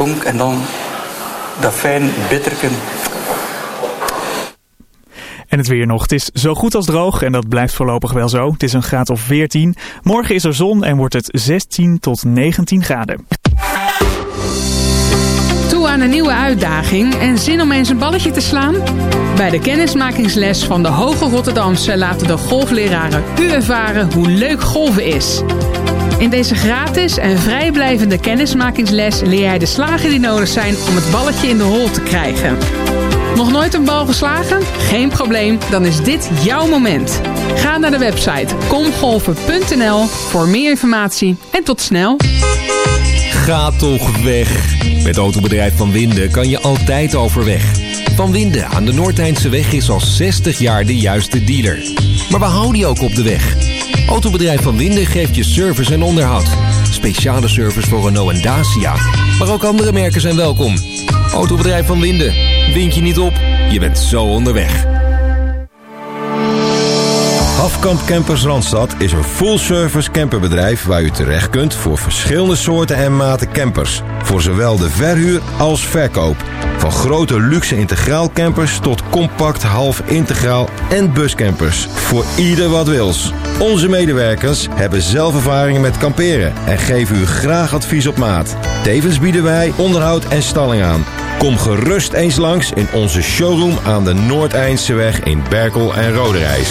punk en dan dat fijn bitterken. En het weer nog. Het is zo goed als droog en dat blijft voorlopig wel zo. Het is een graad of 14. Morgen is er zon en wordt het 16 tot 19 graden. Toe aan een nieuwe uitdaging en zin om eens een balletje te slaan? Bij de kennismakingsles van de Hoge Rotterdamse laten de golfleraren u ervaren hoe leuk golven is. In deze gratis en vrijblijvende kennismakingsles leer jij de slagen die nodig zijn om het balletje in de hole te krijgen. Nog nooit een bal geslagen? Geen probleem, dan is dit jouw moment. Ga naar de website komgolfen.nl voor meer informatie en tot snel. Ga toch weg. Met Autobedrijf Van Winde kan je altijd overweg. Van Winde aan de Noordeindse is al 60 jaar de juiste dealer. Maar we houden je ook op de weg. Autobedrijf Van Winde geeft je service en onderhoud. Speciale service voor Renault en Dacia. Maar ook andere merken zijn welkom. Autobedrijf Van Winde. Wind je niet op, je bent zo onderweg. Hafkamp Campers Randstad is een full-service camperbedrijf waar u terecht kunt voor verschillende soorten en maten campers. Voor zowel de verhuur als verkoop. Van grote luxe integraal campers tot compact half integraal en buscampers. Voor ieder wat wils. Onze medewerkers hebben zelf ervaringen met kamperen en geven u graag advies op maat. Tevens bieden wij onderhoud en stalling aan. Kom gerust eens langs in onze showroom aan de Noordeindseweg in Berkel en Roderijs.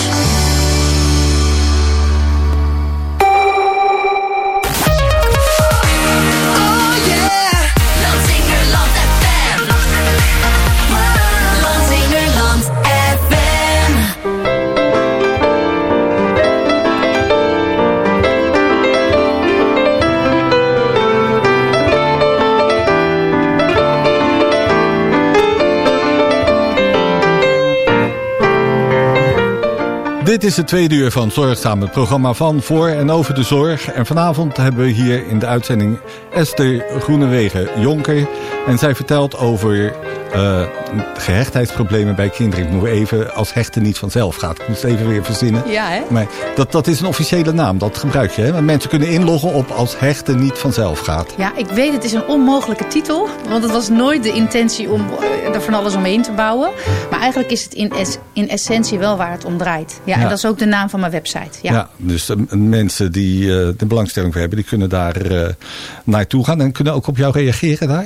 Dit is het tweede uur van Zorgzaam, het programma van, voor en over de zorg. En vanavond hebben we hier in de uitzending Esther Groenewegen-Jonker. En zij vertelt over gehechtheidsproblemen bij kinderen. Ik moet even als hechten niet vanzelf gaat. Ik moest even weer verzinnen. Ja, hè? Maar dat is een officiële naam, dat gebruik je. Hè? Want mensen kunnen inloggen op als hechten niet vanzelf gaat. Ja, ik weet het is een onmogelijke titel. Want het was nooit de intentie om er van alles omheen te bouwen. Maar eigenlijk is het in essentie wel waar het om draait. Ja, en dat is ook de naam van mijn website. Ja, Dus mensen die de belangstelling voor hebben, die kunnen daar naartoe gaan. En kunnen ook op jou reageren daar?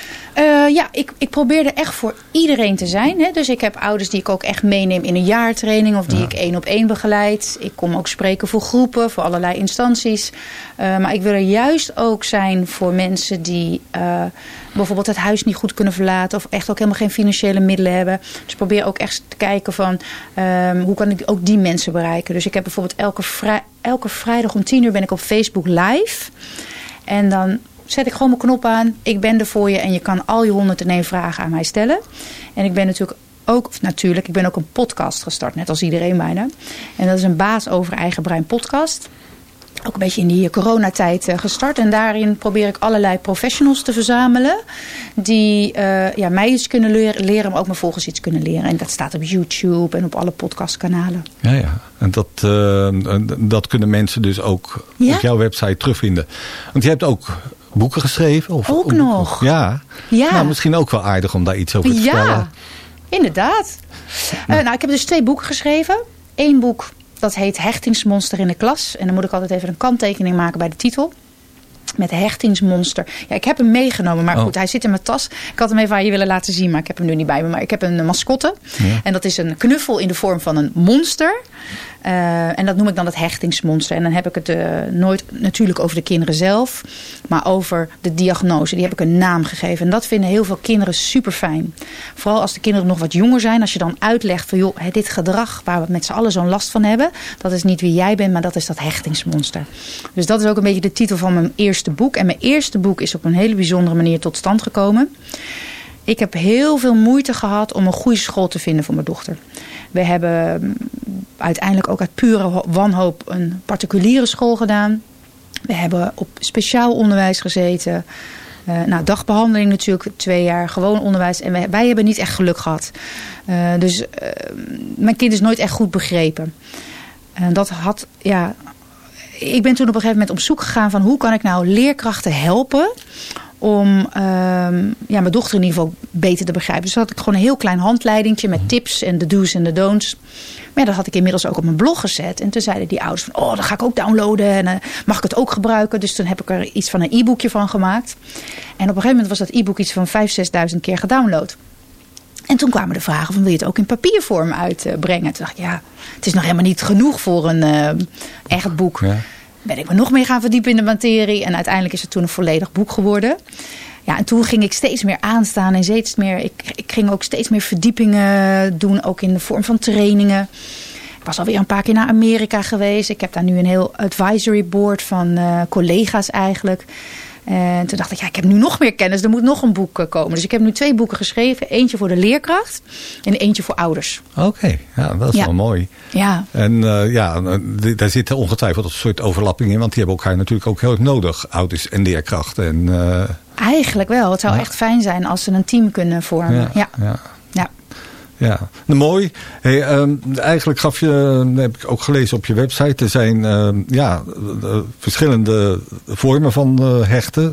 Ik probeer er echt voor iedereen te zijn. Hè. Dus ik heb ouders die ik ook echt meeneem in een jaartraining. Of die ik 1-op-1 begeleid. Ik kom ook spreken voor groepen, voor allerlei instanties. Maar ik wil er juist ook zijn voor mensen die bijvoorbeeld het huis niet goed kunnen verlaten. Of echt ook helemaal geen financiële middelen hebben. Dus ik probeer ook echt te kijken van hoe kan ik ook die mensen bereiken. Dus ik heb bijvoorbeeld elke vrijdag om 10 uur ben ik op Facebook live. En dan zet ik gewoon mijn knop aan. Ik ben er voor je en je kan al je 101 vragen aan mij stellen. En ik ben ik ben ook een podcast gestart, net als iedereen bijna. En dat is een baas over eigen brein podcast. Ook een beetje in die coronatijd gestart. En daarin probeer ik allerlei professionals te verzamelen. Die mij iets kunnen leren, maar ook mijn volgers iets kunnen leren. En dat staat op YouTube en op alle podcastkanalen. Ja. En dat kunnen mensen dus ook op jouw website terugvinden. Want je hebt ook boeken geschreven? Ook nog. Ja. Nou, misschien ook wel aardig om daar iets over te vertellen. Ja, inderdaad. Ik heb dus 2 boeken geschreven. 1 boek, dat heet Hechtingsmonster in de klas. En dan moet ik altijd even een kanttekening maken bij de titel. Met hechtingsmonster. Ja, ik heb hem meegenomen, maar goed, hij zit in mijn tas. Ik had hem even aan je willen laten zien, maar ik heb hem nu niet bij me. Maar ik heb een mascotte. Ja. En dat is een knuffel in de vorm van een monster. En dat noem ik dan het hechtingsmonster. En dan heb ik het nooit natuurlijk over de kinderen zelf. Maar over de diagnose. Die heb ik een naam gegeven. En dat vinden heel veel kinderen super fijn. Vooral als de kinderen nog wat jonger zijn. Als je dan uitlegt van joh, dit gedrag waar we met z'n allen zo'n last van hebben. Dat is niet wie jij bent, maar dat is dat hechtingsmonster. Dus dat is ook een beetje de titel van mijn eerste boek. En mijn eerste boek is op een hele bijzondere manier tot stand gekomen. Ik heb heel veel moeite gehad om een goede school te vinden voor mijn dochter. We hebben uiteindelijk ook uit pure wanhoop een particuliere school gedaan. We hebben op speciaal onderwijs gezeten. Dagbehandeling natuurlijk, 2 jaar gewoon onderwijs. En wij hebben niet echt geluk gehad. Dus mijn kind is nooit echt goed begrepen. En dat had, ik ben toen op een gegeven moment op zoek gegaan van hoe kan ik nou leerkrachten helpen om mijn dochter in ieder geval beter te begrijpen. Dus had ik gewoon een heel klein handleidingje met tips en de do's en de don'ts. Maar ja, dat had ik inmiddels ook op mijn blog gezet. En toen zeiden die ouders van, dat ga ik ook downloaden. En mag ik het ook gebruiken? Dus toen heb ik er iets van een e-boekje van gemaakt. En op een gegeven moment was dat e-book iets van 5.000-6.000 keer gedownload. En toen kwamen de vragen van, wil je het ook in papiervorm uitbrengen? Toen dacht ik, het is nog helemaal niet genoeg voor een echt boek. Ja. Ben ik me nog meer gaan verdiepen in de materie. En uiteindelijk is het toen een volledig boek geworden. Ja, en toen ging ik steeds meer aanstaan en steeds meer. Ik ging ook steeds meer verdiepingen doen, ook in de vorm van trainingen. Ik was alweer een paar keer naar Amerika geweest. Ik heb daar nu een heel advisory board van collega's eigenlijk. En toen dacht ik, ik heb nu nog meer kennis. Er moet nog een boek komen. Dus ik heb nu 2 boeken geschreven. Eentje voor de leerkracht en eentje voor ouders. Oké, dat is wel mooi. Ja. En daar zit ongetwijfeld een soort overlapping in. Want die hebben elkaar natuurlijk ook heel erg nodig. Ouders en leerkrachten. Eigenlijk wel. Het zou echt fijn zijn als ze een team kunnen vormen. Ja, mooi. Hey, eigenlijk heb ik ook gelezen op je website. Er zijn verschillende vormen van hechten.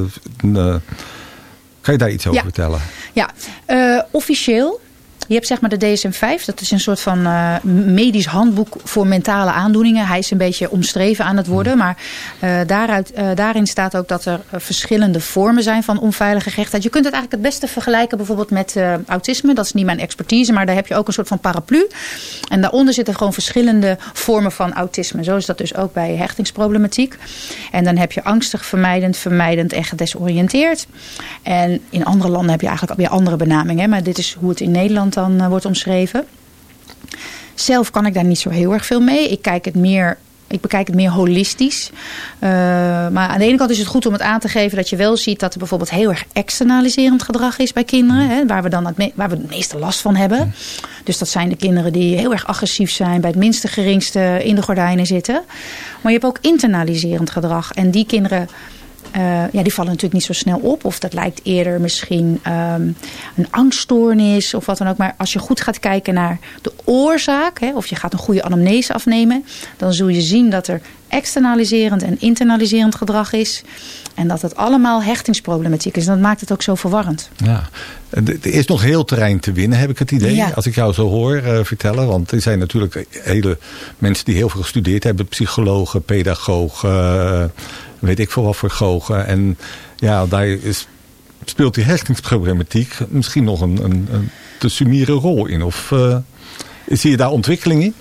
Kan je daar iets over vertellen? Ja, officieel. Je hebt zeg maar de DSM-5. Dat is een soort van medisch handboek voor mentale aandoeningen. Hij is een beetje omschreven aan het worden. Maar daarin staat ook dat er verschillende vormen zijn van onveilige gehechtheid. Je kunt het eigenlijk het beste vergelijken bijvoorbeeld met autisme. Dat is niet mijn expertise. Maar daar heb je ook een soort van paraplu. En daaronder zitten gewoon verschillende vormen van autisme. Zo is dat dus ook bij hechtingsproblematiek. En dan heb je angstig, vermijdend en gedesoriënteerd. En in andere landen heb je eigenlijk weer andere benamingen. Maar dit is hoe het in Nederland dan wordt omschreven. Zelf kan ik daar niet zo heel erg veel mee. Ik bekijk het meer holistisch. Maar aan de ene kant is het goed om het aan te geven dat je wel ziet dat er bijvoorbeeld heel erg externaliserend gedrag is bij kinderen. Hè, waar we het meeste last van hebben. Dus dat zijn de kinderen die heel erg agressief zijn, bij het minste geringste in de gordijnen zitten. Maar je hebt ook internaliserend gedrag. En die kinderen die vallen natuurlijk niet zo snel op. Of dat lijkt eerder misschien een angststoornis of wat dan ook. Maar als je goed gaat kijken naar de oorzaak, of je gaat een goede anamnese afnemen, dan zul je zien dat er externaliserend en internaliserend gedrag is. En dat het allemaal hechtingsproblematiek is. En dat maakt het ook zo verwarrend. Ja. Er is nog heel terrein te winnen, heb ik het idee. Ja. Als ik jou zo hoor vertellen. Want er zijn natuurlijk hele mensen die heel veel gestudeerd hebben. Psychologen, pedagogen, weet ik veel wat voor gogen. En daar speelt die hechtingsproblematiek misschien nog een te summiere rol in. Of zie je daar ontwikkeling in?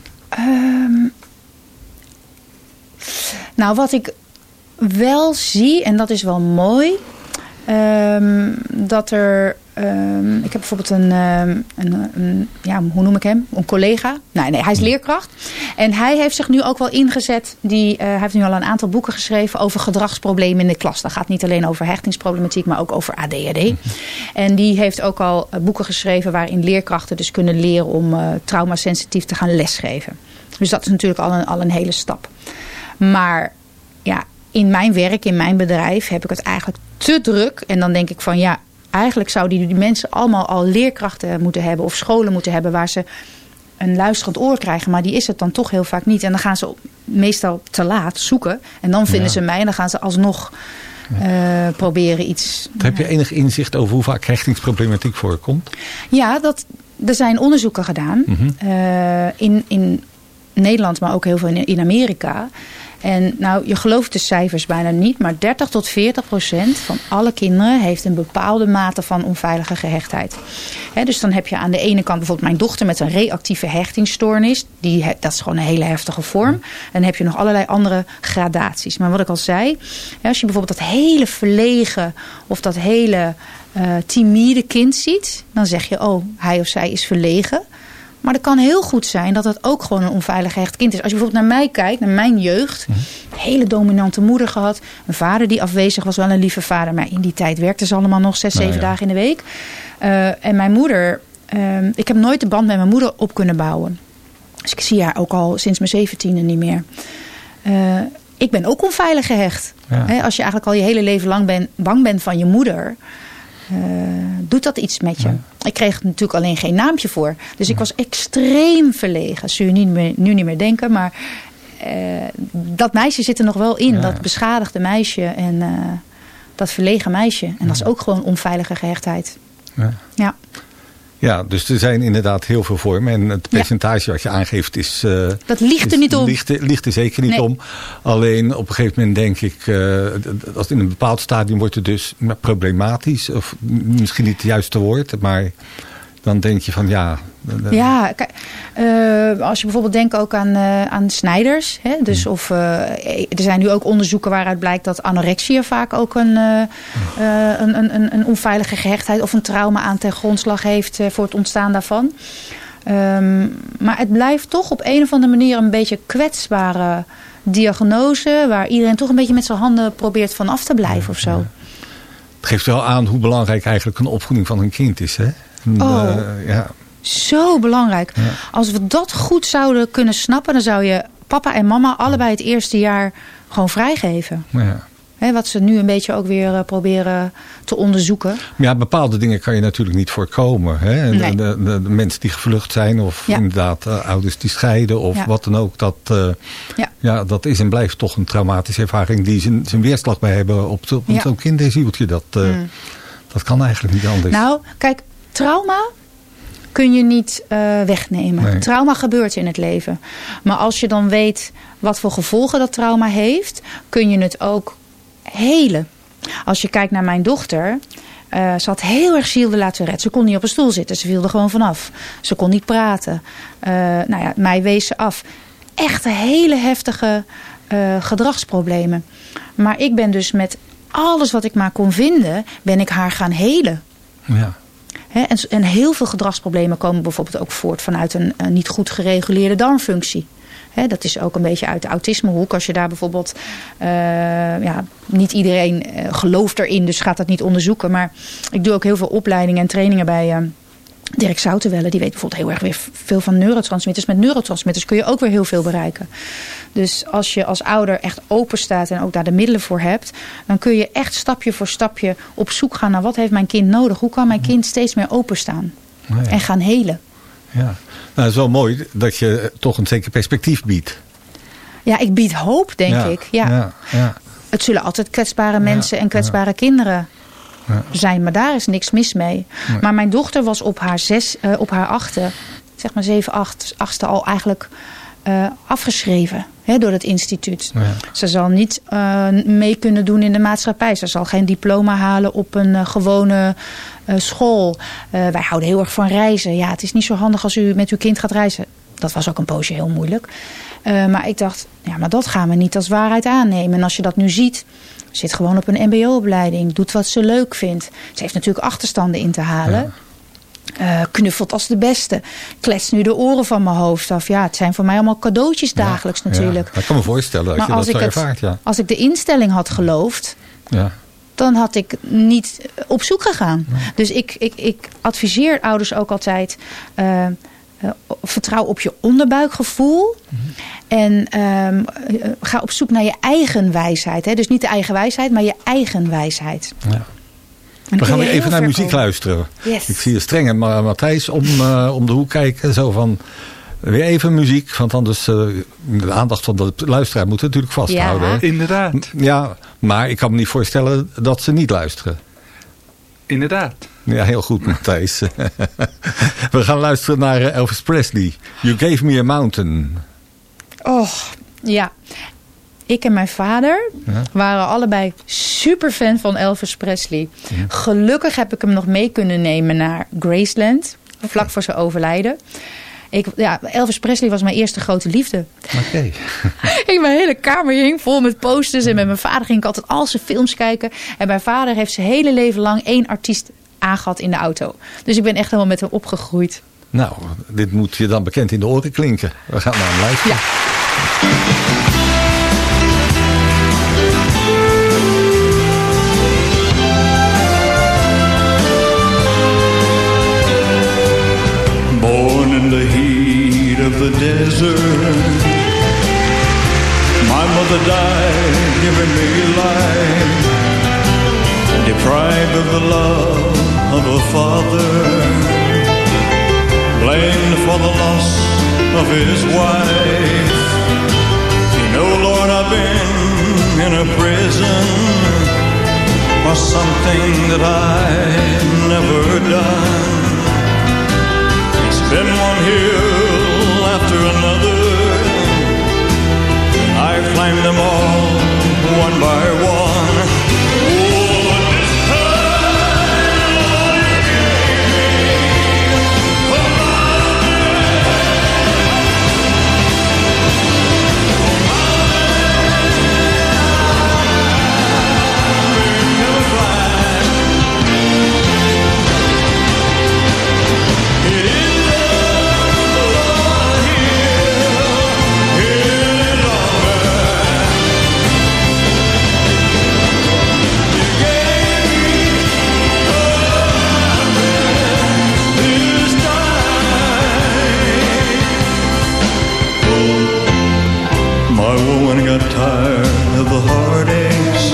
Wat ik wel zie, en dat is wel mooi, dat er... ik heb bijvoorbeeld hoe noem ik hem? Een collega. Nee, hij is leerkracht. En hij heeft zich nu ook wel ingezet. Hij heeft nu al een aantal boeken geschreven over gedragsproblemen in de klas. Dat gaat niet alleen over hechtingsproblematiek, maar ook over ADHD. En die heeft ook al boeken geschreven waarin leerkrachten dus kunnen leren om traumasensitief te gaan lesgeven. Dus dat is natuurlijk al een hele stap. Maar in mijn werk, in mijn bedrijf heb ik het eigenlijk te druk. En dan denk ik van eigenlijk zouden die mensen allemaal al leerkrachten moeten hebben of scholen moeten hebben waar ze een luisterend oor krijgen. Maar die is het dan toch heel vaak niet. En dan gaan ze meestal te laat zoeken. En dan vinden ze mij en dan gaan ze alsnog proberen iets. Heb je enig inzicht over hoe vaak hechtingsproblematiek voorkomt? Ja, er zijn onderzoeken gedaan. In Nederland, maar ook heel veel in Amerika. En je gelooft de cijfers bijna niet, maar 30-40% van alle kinderen heeft een bepaalde mate van onveilige gehechtheid. Dus dan heb je aan de ene kant bijvoorbeeld mijn dochter met een reactieve hechtingsstoornis. Dat is gewoon een hele heftige vorm. En dan heb je nog allerlei andere gradaties. Maar wat ik al zei, als je bijvoorbeeld dat hele verlegen of dat hele timide kind ziet, dan zeg je, hij of zij is verlegen. Maar het kan heel goed zijn dat het ook gewoon een onveilig gehecht kind is. Als je bijvoorbeeld naar mij kijkt, naar mijn jeugd. Een hele dominante moeder gehad. Een vader die afwezig was, wel een lieve vader. Maar in die tijd werkten ze allemaal nog 6-7 dagen in de week. En mijn moeder, ik heb nooit de band met mijn moeder op kunnen bouwen. Dus ik zie haar ook al sinds mijn 17e niet meer. Ik ben ook onveilig gehecht. Ja. Als je eigenlijk al je hele leven lang bang bent van je moeder, doet dat iets met je. Ja. Ik kreeg natuurlijk alleen geen naampje voor. Dus ik was extreem verlegen. Zul je nu niet meer denken. Maar dat meisje zit er nog wel in. Ja. Dat beschadigde meisje. En dat verlegen meisje. En dat is ook gewoon onveilige gehechtheid. Ja. Ja, dus er zijn inderdaad heel veel vormen. En het percentage wat je aangeeft is... dat ligt er niet om. Ligt er zeker niet om. Alleen op een gegeven moment denk ik... als in een bepaald stadium wordt het dus problematisch. Of misschien niet het juiste woord. Maar dan denk je van ja... Ja, kijk, als je bijvoorbeeld denkt ook aan snijders. Hè, dus er zijn nu ook onderzoeken waaruit blijkt dat anorexia vaak ook een onveilige gehechtheid of een trauma aan ten grondslag heeft voor het ontstaan daarvan. Maar het blijft toch op een of andere manier een beetje kwetsbare diagnose waar iedereen toch een beetje met zijn handen probeert van af te blijven of zo. Het geeft wel aan hoe belangrijk eigenlijk een opvoeding van een kind is, hè? Zo belangrijk. Ja. Als we dat goed zouden kunnen snappen, dan zou je papa en mama allebei het eerste jaar gewoon vrijgeven. Ja. Wat ze nu een beetje ook weer proberen te onderzoeken. Ja, bepaalde dingen kan je natuurlijk niet voorkomen. Hè? Nee. De mensen die gevlucht zijn of inderdaad ouders die scheiden of wat dan ook. Dat is en blijft toch een traumatische ervaring die zijn weerslag bij hebben op zo'n kinderzieltje. Dat kan eigenlijk niet anders. Nou, kijk, trauma kun je niet wegnemen. Nee. Trauma gebeurt in het leven. Maar als je dan weet wat voor gevolgen dat trauma heeft, kun je het ook helen. Als je kijkt naar mijn dochter, ze had heel erg ziel de laten. Ze kon niet op een stoel zitten, ze viel er gewoon vanaf. Ze kon niet praten. Mij wees ze af. Echt hele heftige gedragsproblemen. Maar ik ben dus met alles wat ik maar kon vinden, ben ik haar gaan helen. Ja. En heel veel gedragsproblemen komen bijvoorbeeld ook voort vanuit een niet goed gereguleerde darmfunctie. Dat is ook een beetje uit de autismehoek. Als je daar bijvoorbeeld... niet iedereen gelooft erin, dus gaat dat niet onderzoeken. Maar ik doe ook heel veel opleidingen en trainingen bij Dirk Zoutenwelle. Die weet bijvoorbeeld heel erg weer veel van neurotransmitters. Met neurotransmitters kun je ook weer heel veel bereiken. Dus als je als ouder echt open staat en ook daar de middelen voor hebt, dan kun je echt stapje voor stapje op zoek gaan naar wat heeft mijn kind nodig. Hoe kan mijn kind steeds meer openstaan en gaan helen. Ja, nou, het is wel mooi dat je toch een zeker perspectief biedt. Ja, ik bied hoop, denk ik. Ja. Het zullen altijd kwetsbare mensen en kwetsbare kinderen zijn, maar daar is niks mis mee. Nee. Maar mijn dochter was op haar achtste, zeg maar 7, 8e al eigenlijk afgeschreven door het instituut. Ja. Ze zal niet mee kunnen doen in de maatschappij. Ze zal geen diploma halen op een gewone school. Wij houden heel erg van reizen. Ja, het is niet zo handig als u met uw kind gaat reizen. Dat was ook een poosje heel moeilijk. Maar ik dacht, maar dat gaan we niet als waarheid aannemen. En als je dat nu ziet, zit gewoon op een mbo-opleiding. Doet wat ze leuk vindt. Ze heeft natuurlijk achterstanden in te halen. Ja. Knuffelt als de beste. Klets nu de oren van mijn hoofd af. Ja, het zijn voor mij allemaal cadeautjes dagelijks natuurlijk. Ja. Ik kan me voorstellen dat je dat zo ervaart. Ja. Als ik de instelling had geloofd, dan had ik niet op zoek gegaan. Ja. Dus ik adviseer ouders ook altijd, vertrouw op je onderbuikgevoel. En ga op zoek naar je eigen wijsheid. Hè? Dus niet de eigen wijsheid, maar je eigen wijsheid. Ja. We gaan weer even naar muziek luisteren. Yes. Ik zie je streng en Matthijs om de hoek kijken. Zo van, weer even muziek. Want anders de aandacht van de luisteraar moet natuurlijk vasthouden. Ja, inderdaad. Ja, maar ik kan me niet voorstellen dat ze niet luisteren. Inderdaad. Ja, heel goed, Matthijs. We gaan luisteren naar Elvis Presley. You Gave Me a Mountain. Oh, ja. Ik en mijn vader waren allebei super fan van Elvis Presley. Ja. Gelukkig heb ik hem nog mee kunnen nemen naar Graceland. Vlak voor zijn overlijden. Elvis Presley was mijn eerste grote liefde. Oké. Mijn hele kamer hing vol met posters. En met mijn vader ging ik altijd al zijn films kijken. En mijn vader heeft zijn hele leven lang 1 artiest aangehad in de auto. Dus ik ben echt helemaal met hem opgegroeid. Nou, dit moet je dan bekend in de oren klinken. We gaan naar hem luisteren. Ja. In the heat of the desert, my mother died, giving me life, deprived of the love of a father, blamed for the loss of his wife. You know, Lord, I've been in a prison was something that I'd never done. It's been one hill after another. I've climbed them all one by one. Oh, but this time, all you gave me was tired of the heartaches,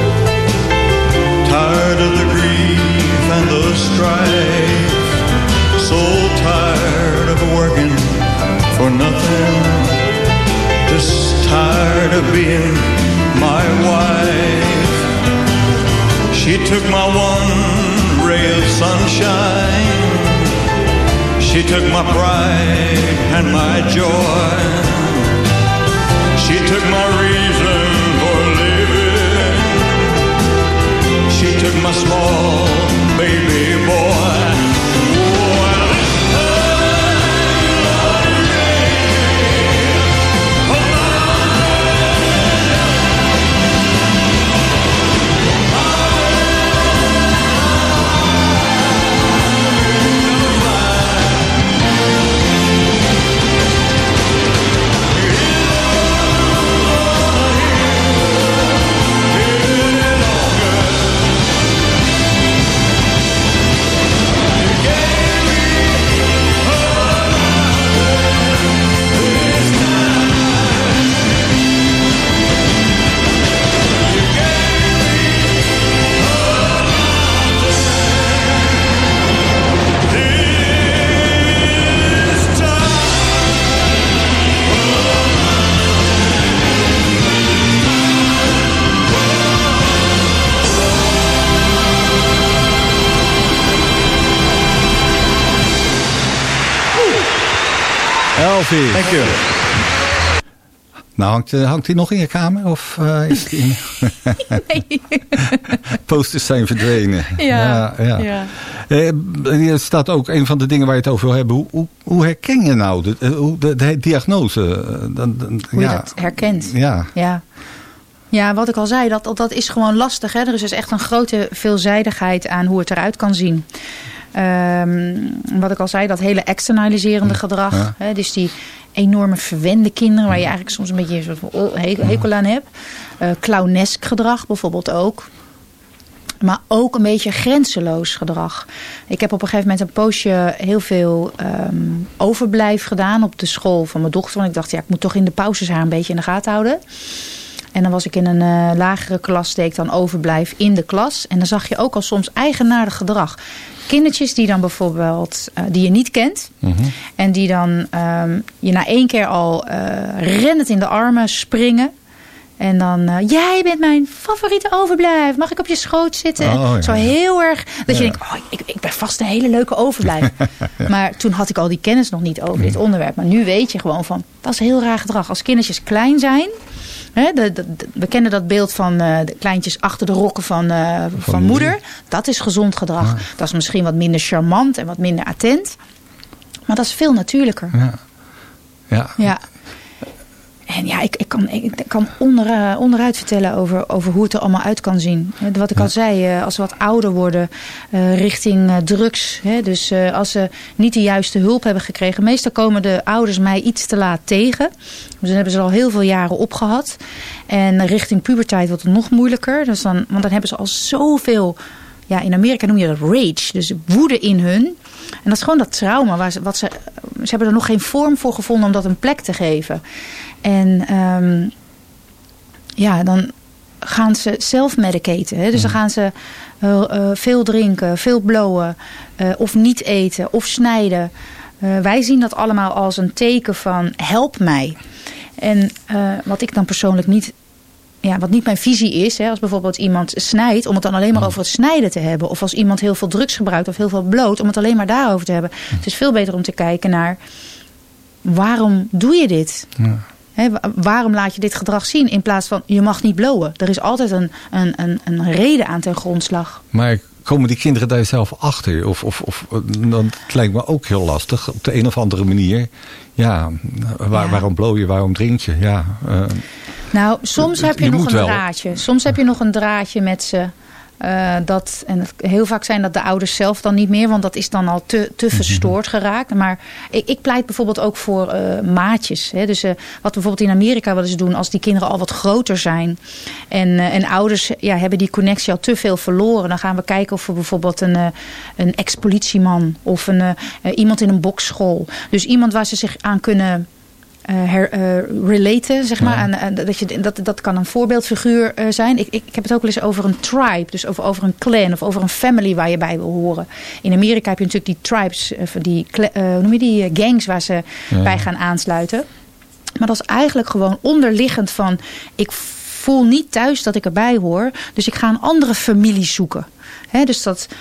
tired of the grief and the strife, so tired of working for nothing, just tired of being my wife. She took my one ray of sunshine, she took my pride and my joy. She took my reason for living. She took my small baby boy. Oh, and this time, Lord, you gave me Elvis. Thank you. Nou, hangt hij nog in je kamer? Of is het in... Nee. Posters zijn verdwenen. Ja. Er staat ook een van de dingen waar je het over wil hebben. Hoe herken je nou de diagnose? Hoe je dat herkent. Ja, wat ik al zei, dat is gewoon lastig. Hè? Er is dus echt een grote veelzijdigheid aan hoe het eruit kan zien. Wat ik al zei, dat hele externaliserende gedrag. Ja. Hè? Dus die enorme verwende kinderen waar je eigenlijk soms een beetje een soort van hekel aan hebt. Clownesk gedrag bijvoorbeeld ook. Maar ook een beetje grenzeloos gedrag. Ik heb op een gegeven moment een poosje heel veel overblijf gedaan op de school van mijn dochter. Want ik dacht, ik moet toch in de pauzes haar een beetje in de gaten houden. En dan was ik in een lagere klas, deed ik dan overblijf in de klas. En dan zag je ook al soms eigenaardig gedrag. Kindertjes die dan bijvoorbeeld, die je niet kent. Mm-hmm. En die dan je na 1 keer al rennend in de armen springen. En dan, jij bent mijn favoriete overblijf. Mag ik op je schoot zitten? Oh, ja. Zo heel erg, dat je denkt, ik ben vast een hele leuke overblijf. Ja. Maar toen had ik al die kennis nog niet over dit onderwerp. Maar nu weet je gewoon van, dat is heel raar gedrag. Als kindertjes klein zijn... we kennen dat beeld van de kleintjes achter de rokken van moeder. Dat is gezond gedrag. Ja. Dat is misschien wat minder charmant en wat minder attent. Maar dat is veel natuurlijker. Ja. En ja, ik kan onderuit vertellen over hoe het er allemaal uit kan zien. Wat ik al zei, als ze wat ouder worden richting drugs. Dus als ze niet de juiste hulp hebben gekregen. Meestal komen de ouders mij iets te laat tegen. Dus dan hebben ze al heel veel jaren opgehad. En richting puberteit wordt het nog moeilijker. Dus want dan hebben ze al zoveel... Ja, in Amerika noem je dat rage. Dus woede in hun. En dat is gewoon dat trauma. Ze hebben er nog geen vorm voor gevonden om dat een plek te geven. En dan gaan ze zelf-medicaten. Dus dan gaan ze veel drinken, veel blowen. Of niet eten, of snijden. Wij zien dat allemaal als een teken van help mij. En wat ik dan persoonlijk niet wat niet mijn visie is. Hè, als bijvoorbeeld iemand snijdt, om het dan alleen maar over het snijden te hebben. Of als iemand heel veel drugs gebruikt of heel veel bloot, om het alleen maar daarover te hebben. Het is veel beter om te kijken naar, waarom doe je dit? Ja. Hè, waarom laat je dit gedrag zien? In plaats van, je mag niet blowen. Er is altijd een reden aan ten grondslag. Maar komen die kinderen daar zelf achter? Of dan lijkt me ook heel lastig. Op de een of andere manier. Ja, waarom blow je? Waarom drink je? Ja, nou, soms heb je nog een draadje. Soms heb je nog een draadje met ze. Heel vaak zijn dat de ouders zelf dan niet meer. Want dat is dan al te verstoord geraakt. Maar ik pleit bijvoorbeeld ook voor maatjes. Hè. Dus wat we bijvoorbeeld in Amerika wel eens doen. Als die kinderen al wat groter zijn. En ouders hebben die connectie al te veel verloren. Dan gaan we kijken of we bijvoorbeeld een ex-politieman. Of iemand in een bokschool. Dus iemand waar ze zich aan kunnen relaten, zeg maar. En dat kan een voorbeeldfiguur zijn. Ik heb het ook wel eens over een tribe. Dus over een clan of over een family waar je bij wil horen. In Amerika heb je natuurlijk die tribes, die gangs waar ze bij gaan aansluiten. Maar dat is eigenlijk gewoon onderliggend van, ik voel niet thuis dat ik erbij hoor. Dus ik ga een andere familie zoeken. He, dus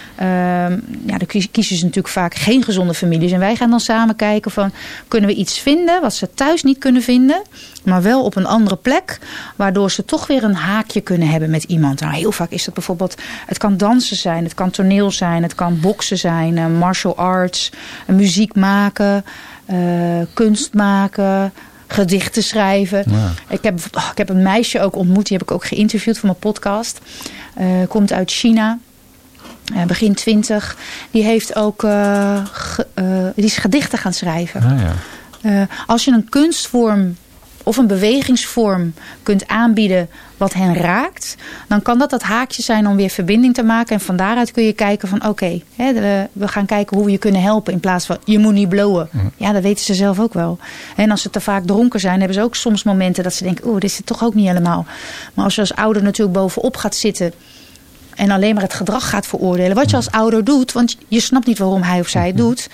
dan kiezen ze natuurlijk vaak geen gezonde families. En wij gaan dan samen kijken van, kunnen we iets vinden wat ze thuis niet kunnen vinden, maar wel op een andere plek, waardoor ze toch weer een haakje kunnen hebben met iemand. Nou, heel vaak is dat bijvoorbeeld, het kan dansen zijn, het kan toneel zijn, het kan boksen zijn, martial arts, muziek maken, kunst maken, gedichten schrijven. Ja. Ik heb een meisje ook ontmoet, die heb ik ook geïnterviewd voor mijn podcast. Komt uit China. Begin 20. Die heeft ook die is gedichten gaan schrijven. Ah, ja. Als je een kunstvorm of een bewegingsvorm kunt aanbieden wat hen raakt, dan kan dat haakje zijn om weer verbinding te maken. En van daaruit kun je kijken van oké, we gaan kijken hoe we je kunnen helpen. In plaats van, je moet niet blowen. Ja, dat weten ze zelf ook wel. En als ze te vaak dronken zijn, hebben ze ook soms momenten dat ze denken, dit is het toch ook niet helemaal. Maar als je als ouder natuurlijk bovenop gaat zitten en alleen maar het gedrag gaat veroordelen. Wat je als ouder doet, want je snapt niet waarom hij of zij het doet.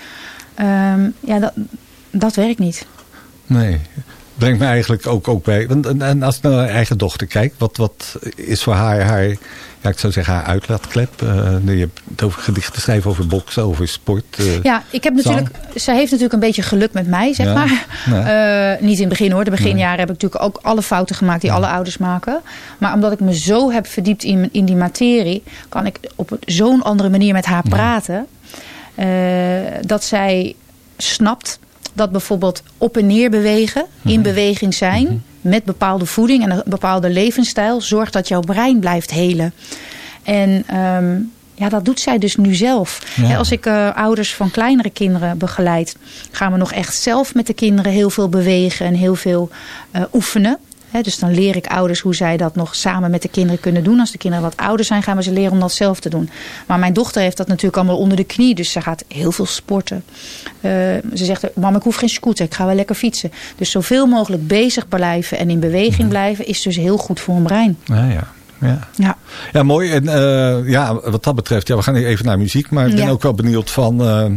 Dat werkt niet. Nee. Brengt me eigenlijk ook bij. En als ik naar mijn eigen dochter kijk, wat is voor haar ik zou zeggen haar uitlaatklep? Je hebt het over gedichten schrijven, over boksen, over sport. Ik heb natuurlijk, zij heeft natuurlijk een beetje geluk met mij, zeg maar. Nee. Niet in het begin hoor. De beginjaren heb ik natuurlijk ook alle fouten gemaakt die alle ouders maken. Maar omdat ik me zo heb verdiept in die materie, kan ik op zo'n andere manier met haar praten. Dat zij snapt dat bijvoorbeeld op en neer bewegen, in beweging zijn, met bepaalde voeding en een bepaalde levensstijl, zorgt dat jouw brein blijft helen. En dat doet zij dus nu zelf. Ja. Als ik ouders van kleinere kinderen begeleid, gaan we nog echt zelf met de kinderen heel veel bewegen en heel veel oefenen. Dus dan leer ik ouders hoe zij dat nog samen met de kinderen kunnen doen. Als de kinderen wat ouder zijn, gaan we ze leren om dat zelf te doen. Maar mijn dochter heeft dat natuurlijk allemaal onder de knie. Dus ze gaat heel veel sporten. Ze zegt, mam, ik hoef geen scooter. Ik ga wel lekker fietsen. Dus zoveel mogelijk bezig blijven en in beweging blijven is dus heel goed voor een brein. Ja, mooi. En wat dat betreft, we gaan even naar muziek. Maar ik ben ook wel benieuwd van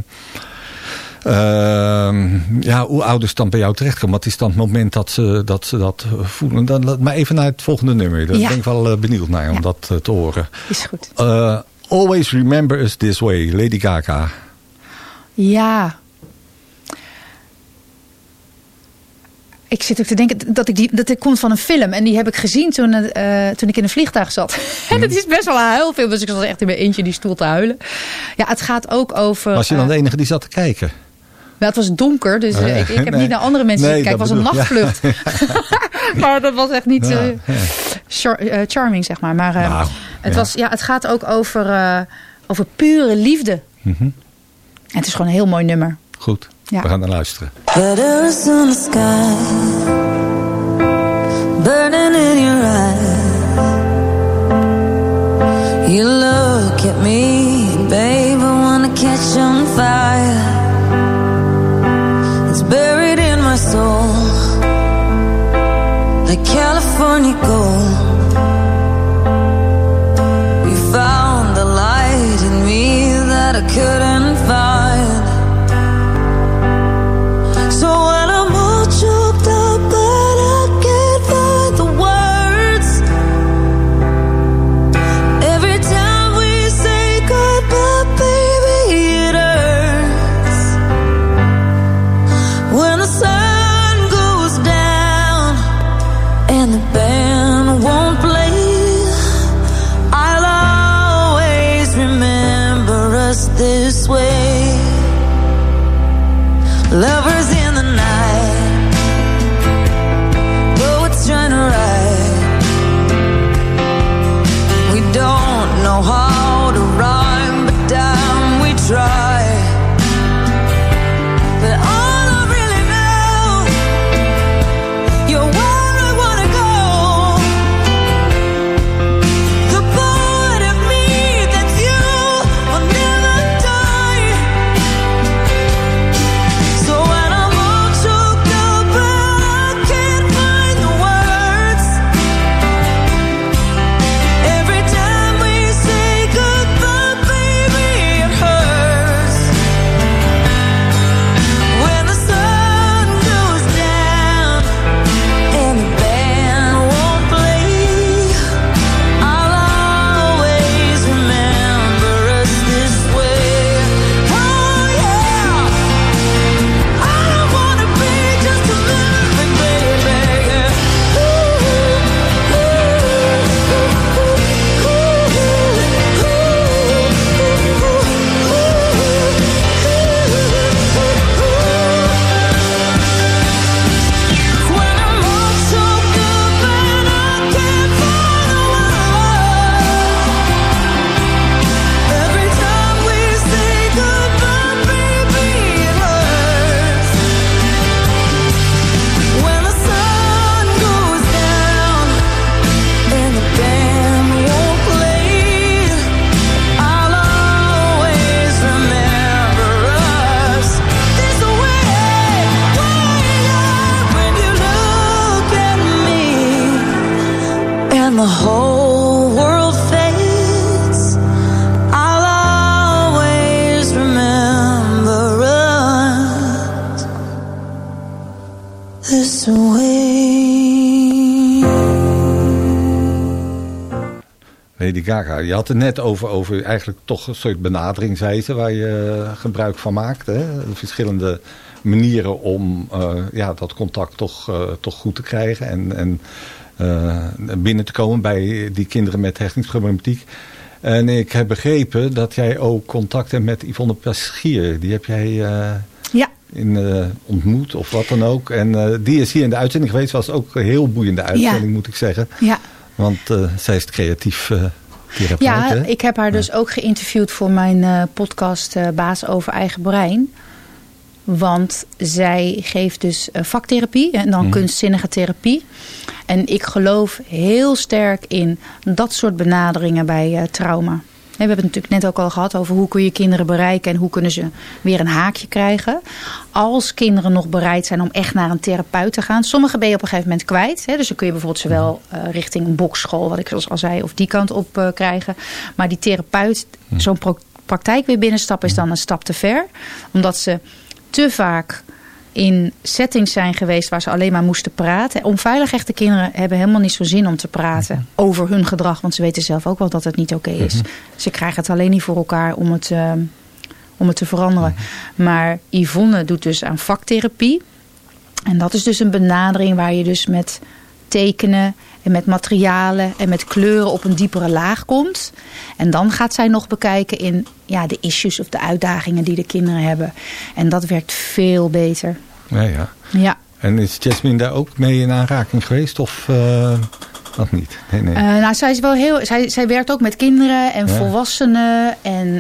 hoe ouders dan bij jou terechtkomen. Wat is dan het moment dat ze dat voelen? Maar even naar het volgende nummer. Daar ben ik wel benieuwd naar om dat te horen. Is goed. Always Remember Us This Way, Lady Gaga. Ja. Ik zit ook te denken dat ik komt van een film. En die heb ik gezien toen ik in een vliegtuig zat. En het is best wel een huilfilm. Dus ik zat echt in mijn eentje die stoel te huilen. Ja, het gaat ook over... Was je dan de enige die zat te kijken? Nou, het was donker, dus ik heb niet naar andere mensen gekeken. Het was een nachtvlucht. Maar dat was echt niet charming, zeg maar. Maar het gaat ook over pure liefde. En het is gewoon een heel mooi nummer. Goed, we gaan naar luisteren. Letters in the sky, burning in your eyes. You look at me, babe, I wanna catch on fire. It's buried in my soul, like California gold. You found the light in me that I couldn't find. So when I'm all choked up but I can't find the words, this way. Lovers in the night, poets trying to write. We don't know how to rhyme, but damn, we try. But all I really know, you're where I wanna go. The part of me that's you will never die. So when I'm all choked up and I can't find the words, every time we say goodbye, baby, it hurts. When the sun goes down and the band won't play, I'll always remember us this way. Oh yeah, I don't wanna be just a memory, baby. When I'm all choked up and I can't find the words, every time we say goodbye, baby, it hurts. When the sun goes down and the band won't play, I'll always remember us this way. When you look at me and the whole world fades, I'll always remember us this way. Lady Gaga, je had het net over eigenlijk toch een soort benadering, zei ze, waar je gebruik van maakt. Hè? De verschillende manieren om dat contact toch goed te krijgen en binnen te komen bij die kinderen met hechtingsproblematiek. En ik heb begrepen dat jij ook contact hebt met Yvonne Paschier. Die heb jij Ja. ontmoet of wat dan ook. En die is hier in de uitzending geweest. Was ook een heel boeiende uitzending, moet ik zeggen. Ja. Want zij is creatief therapeut. Ja, hè? ik heb haar dus ook geïnterviewd voor mijn podcast Baas over eigen brein. Want zij geeft dus vaktherapie en dan kunstzinnige therapie. En ik geloof heel sterk in dat soort benaderingen bij trauma. We hebben het natuurlijk net ook al gehad over hoe kun je kinderen bereiken en hoe kunnen ze weer een haakje krijgen. Als kinderen nog bereid zijn om echt naar een therapeut te gaan. Sommige ben je op een gegeven moment kwijt. Hè? Dus dan kun je bijvoorbeeld zowel richting een bokschool, wat ik zoals al zei, of die kant op krijgen. Maar die therapeut, zo'n praktijk weer binnenstappen is dan een stap te ver. Omdat ze te vaak in settings zijn geweest waar ze alleen maar moesten praten. Onveilig echte kinderen hebben helemaal niet zo'n zin om te praten over hun gedrag. Want ze weten zelf ook wel dat het niet oké is. Ze krijgen het alleen niet voor elkaar om het te veranderen. Maar Yvonne doet dus aan vaktherapie. En dat is dus een benadering waar je dus met tekenen en met materialen en met kleuren op een diepere laag komt. En dan gaat zij nog bekijken in de issues of de uitdagingen die de kinderen hebben. En dat werkt veel beter. Ja. En is Jasmine daar ook mee in aanraking geweest of nog niet? Nee. Zij is wel zij werkt ook met kinderen en volwassenen. En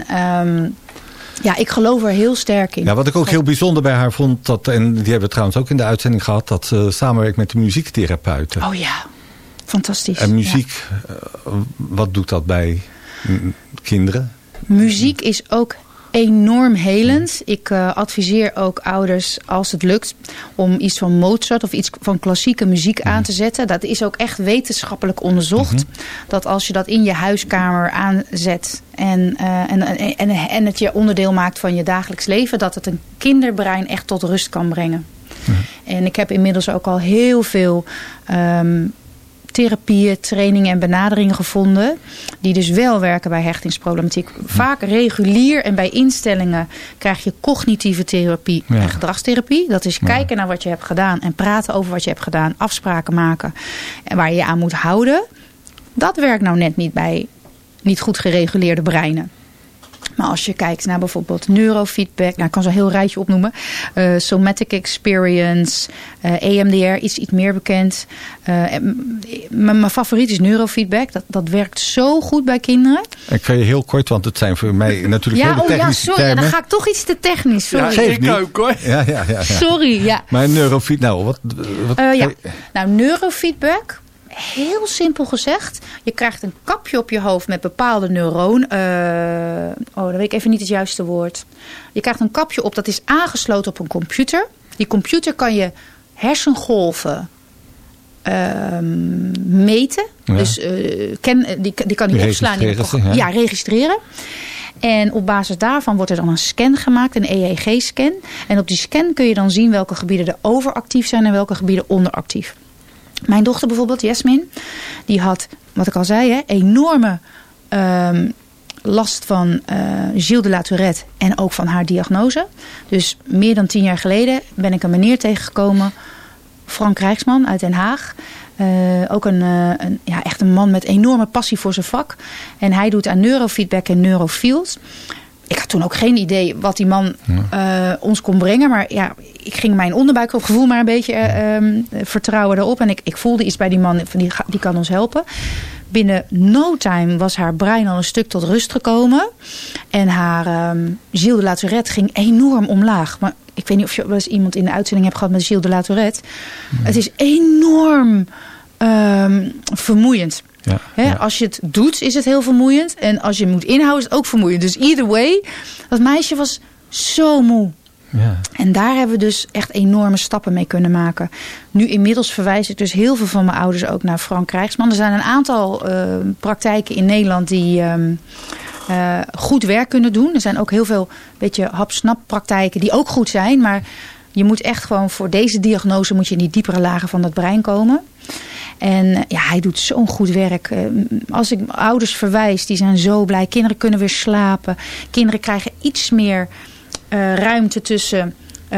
ik geloof er heel sterk in. Ja, wat ik ook heel bijzonder bij haar vond, en die hebben we trouwens ook in de uitzending gehad, dat ze samenwerkt met de muziektherapeuten. Oh ja, fantastisch. En muziek, wat doet dat bij kinderen? Muziek is ook enorm helend. Ik adviseer ook ouders, als het lukt, om iets van Mozart of iets van klassieke muziek aan te zetten. Dat is ook echt wetenschappelijk onderzocht. Dat als je dat in je huiskamer aanzet en het je onderdeel maakt van je dagelijks leven, dat het een kinderbrein echt tot rust kan brengen. En ik heb inmiddels ook al heel veel therapieën, trainingen en benaderingen gevonden die dus wel werken bij hechtingsproblematiek. Vaak regulier en bij instellingen krijg je cognitieve therapie en gedragstherapie. Dat is kijken naar wat je hebt gedaan en praten over wat je hebt gedaan, afspraken maken en waar je je aan moet houden. Dat werkt nou net niet bij niet goed gereguleerde breinen. Maar als je kijkt naar bijvoorbeeld neurofeedback, nou, ik kan zo een heel rijtje opnoemen. Somatic experience, EMDR, iets meer bekend. Mijn favoriet is neurofeedback. Dat werkt zo goed bij kinderen. Ik ga je heel kort, want het zijn voor mij natuurlijk hele technische sorry, termen. Dan ga ik toch iets te technisch. Sorry. Ja, ik ook hoor. Ja. Sorry, ja. Maar neurofeedback, Nou, neurofeedback, heel simpel gezegd. Je krijgt een kapje op je hoofd met bepaalde neuronen. Dan weet ik even niet het juiste woord. Je krijgt een kapje op, dat is aangesloten op een computer. Die computer kan je hersengolven meten. Ja. Dus die kan hij opslaan in het programma. Ja, registreren. En op basis daarvan wordt er dan een scan gemaakt, een EEG-scan. En op die scan kun je dan zien welke gebieden er overactief zijn en welke gebieden onderactief. Mijn dochter bijvoorbeeld, Jasmin, die had, wat ik al zei, enorme last van Gilles de la Tourette en ook van haar diagnose. Dus meer dan 10 jaar geleden ben ik een meneer tegengekomen, Frank Rijksman uit Den Haag. Ook echt een man met enorme passie voor zijn vak. En hij doet aan neurofeedback en neurofield. Ik had toen ook geen idee wat die man ons kon brengen. Maar ja, ik ging mijn onderbuikgevoel maar een beetje vertrouwen daarop. En ik voelde iets bij die man, die kan ons helpen. Binnen no time was haar brein al een stuk tot rust gekomen. En haar Gilles de la Tourette ging enorm omlaag. Maar ik weet niet of je wel eens iemand in de uitzending hebt gehad met Gilles de la Tourette. Nee. Het is enorm vermoeiend. Ja. Als je het doet, is het heel vermoeiend. En als je moet inhouden, is het ook vermoeiend. Dus either way, dat meisje was zo moe. Ja. En daar hebben we dus echt enorme stappen mee kunnen maken. Nu inmiddels verwijs ik dus heel veel van mijn ouders ook naar Frank Rijksman. Er zijn een aantal praktijken in Nederland die goed werk kunnen doen. Er zijn ook heel veel beetje hap-snap praktijken die ook goed zijn. Maar je moet echt gewoon voor deze diagnose moet je in die diepere lagen van het brein komen. En hij doet zo'n goed werk. Als ik ouders verwijs, die zijn zo blij. Kinderen kunnen weer slapen. Kinderen krijgen iets meer ruimte tussen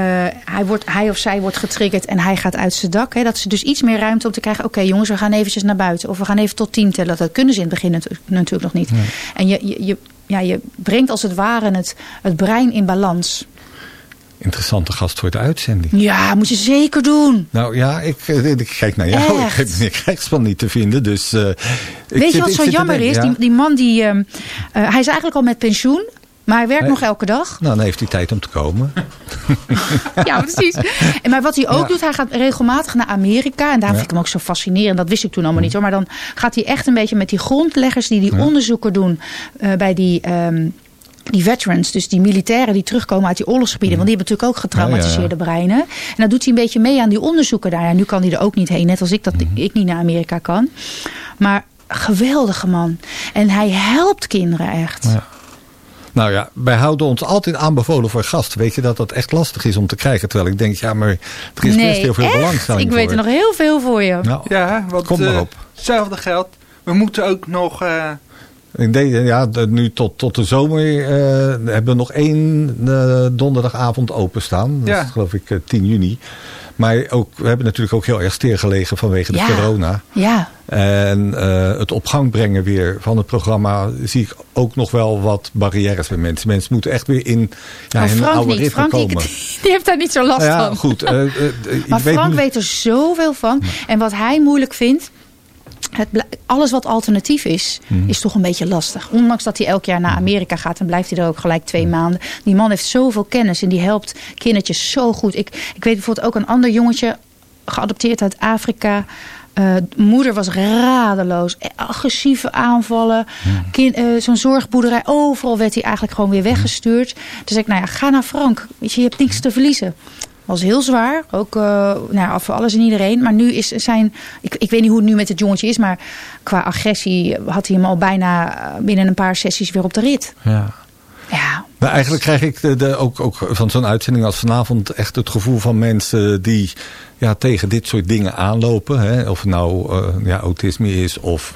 hij of zij wordt getriggerd en hij gaat uit zijn dak. Hè, dat ze dus iets meer ruimte om te krijgen. Oké, jongens, we gaan eventjes naar buiten. Of we gaan even tot 10 tellen. Dat kunnen ze in het begin natuurlijk nog niet. Nee. En je brengt als het ware het brein in balans. Interessante gast voor de uitzending. Ja, moet je zeker doen. Nou ja, ik kijk naar jou. Echt? Ik heb meneer Krijgsman niet te vinden. Dus, weet je wat zo jammer is? Ja. Die man, hij is eigenlijk al met pensioen. Maar hij werkt nog elke dag. Nou, dan heeft hij tijd om te komen. Ja, precies. Maar wat hij ook doet, hij gaat regelmatig naar Amerika. En daar vind ik hem ook zo fascinerend. Dat wist ik toen allemaal niet hoor. Maar dan gaat hij echt een beetje met die grondleggers die onderzoeken doen bij die veterans, dus die militairen die terugkomen uit die oorlogsgebieden. Want die hebben natuurlijk ook getraumatiseerde breinen. En dan doet hij een beetje mee aan die onderzoeken daar. Ja, nu kan hij er ook niet heen. Net als ik ik niet naar Amerika kan. Maar geweldige man. En hij helpt kinderen echt. Ja. Nou ja, wij houden ons altijd aanbevolen voor gasten. Weet je dat dat echt lastig is om te krijgen? Terwijl ik denk, maar er is best heel veel belangstelling voor. Ik weet er nog heel veel voor je. Nou, ja, want kom maar op. Hetzelfde geldt. We moeten ook nog... Ik denk, nu tot de zomer hebben we nog 1 donderdagavond openstaan. Dat is geloof ik 10 juni. Maar we hebben natuurlijk ook heel erg stilgelegen vanwege de corona. Ja. En het op gang brengen weer van het programma zie ik ook nog wel wat barrières bij mensen. Mensen moeten echt weer in hun oude ritme komen. Die heeft daar niet zo last van. Goed. Maar Frank weet er zoveel van. En wat hij moeilijk vindt, alles wat alternatief is toch een beetje lastig. Ondanks dat hij elk jaar naar Amerika gaat, dan blijft hij er ook gelijk 2 maanden. Die man heeft zoveel kennis en die helpt kindertjes zo goed. Ik weet bijvoorbeeld ook een ander jongetje, geadopteerd uit Afrika. Moeder was radeloos. Agressieve aanvallen. Zo'n zorgboerderij. Overal werd hij eigenlijk gewoon weer weggestuurd. Dus zei ik, ga naar Frank. Weet je hebt niks te verliezen. Was heel zwaar. Ook voor alles en iedereen. Maar nu is zijn... Ik weet niet hoe het nu met het jongetje is. Maar qua agressie had hij hem al bijna binnen een paar sessies weer op de rit. Ja. Maar eigenlijk krijg ik ook van zo'n uitzending als vanavond echt het gevoel van mensen die tegen dit soort dingen aanlopen. Hè? Of het nou autisme is of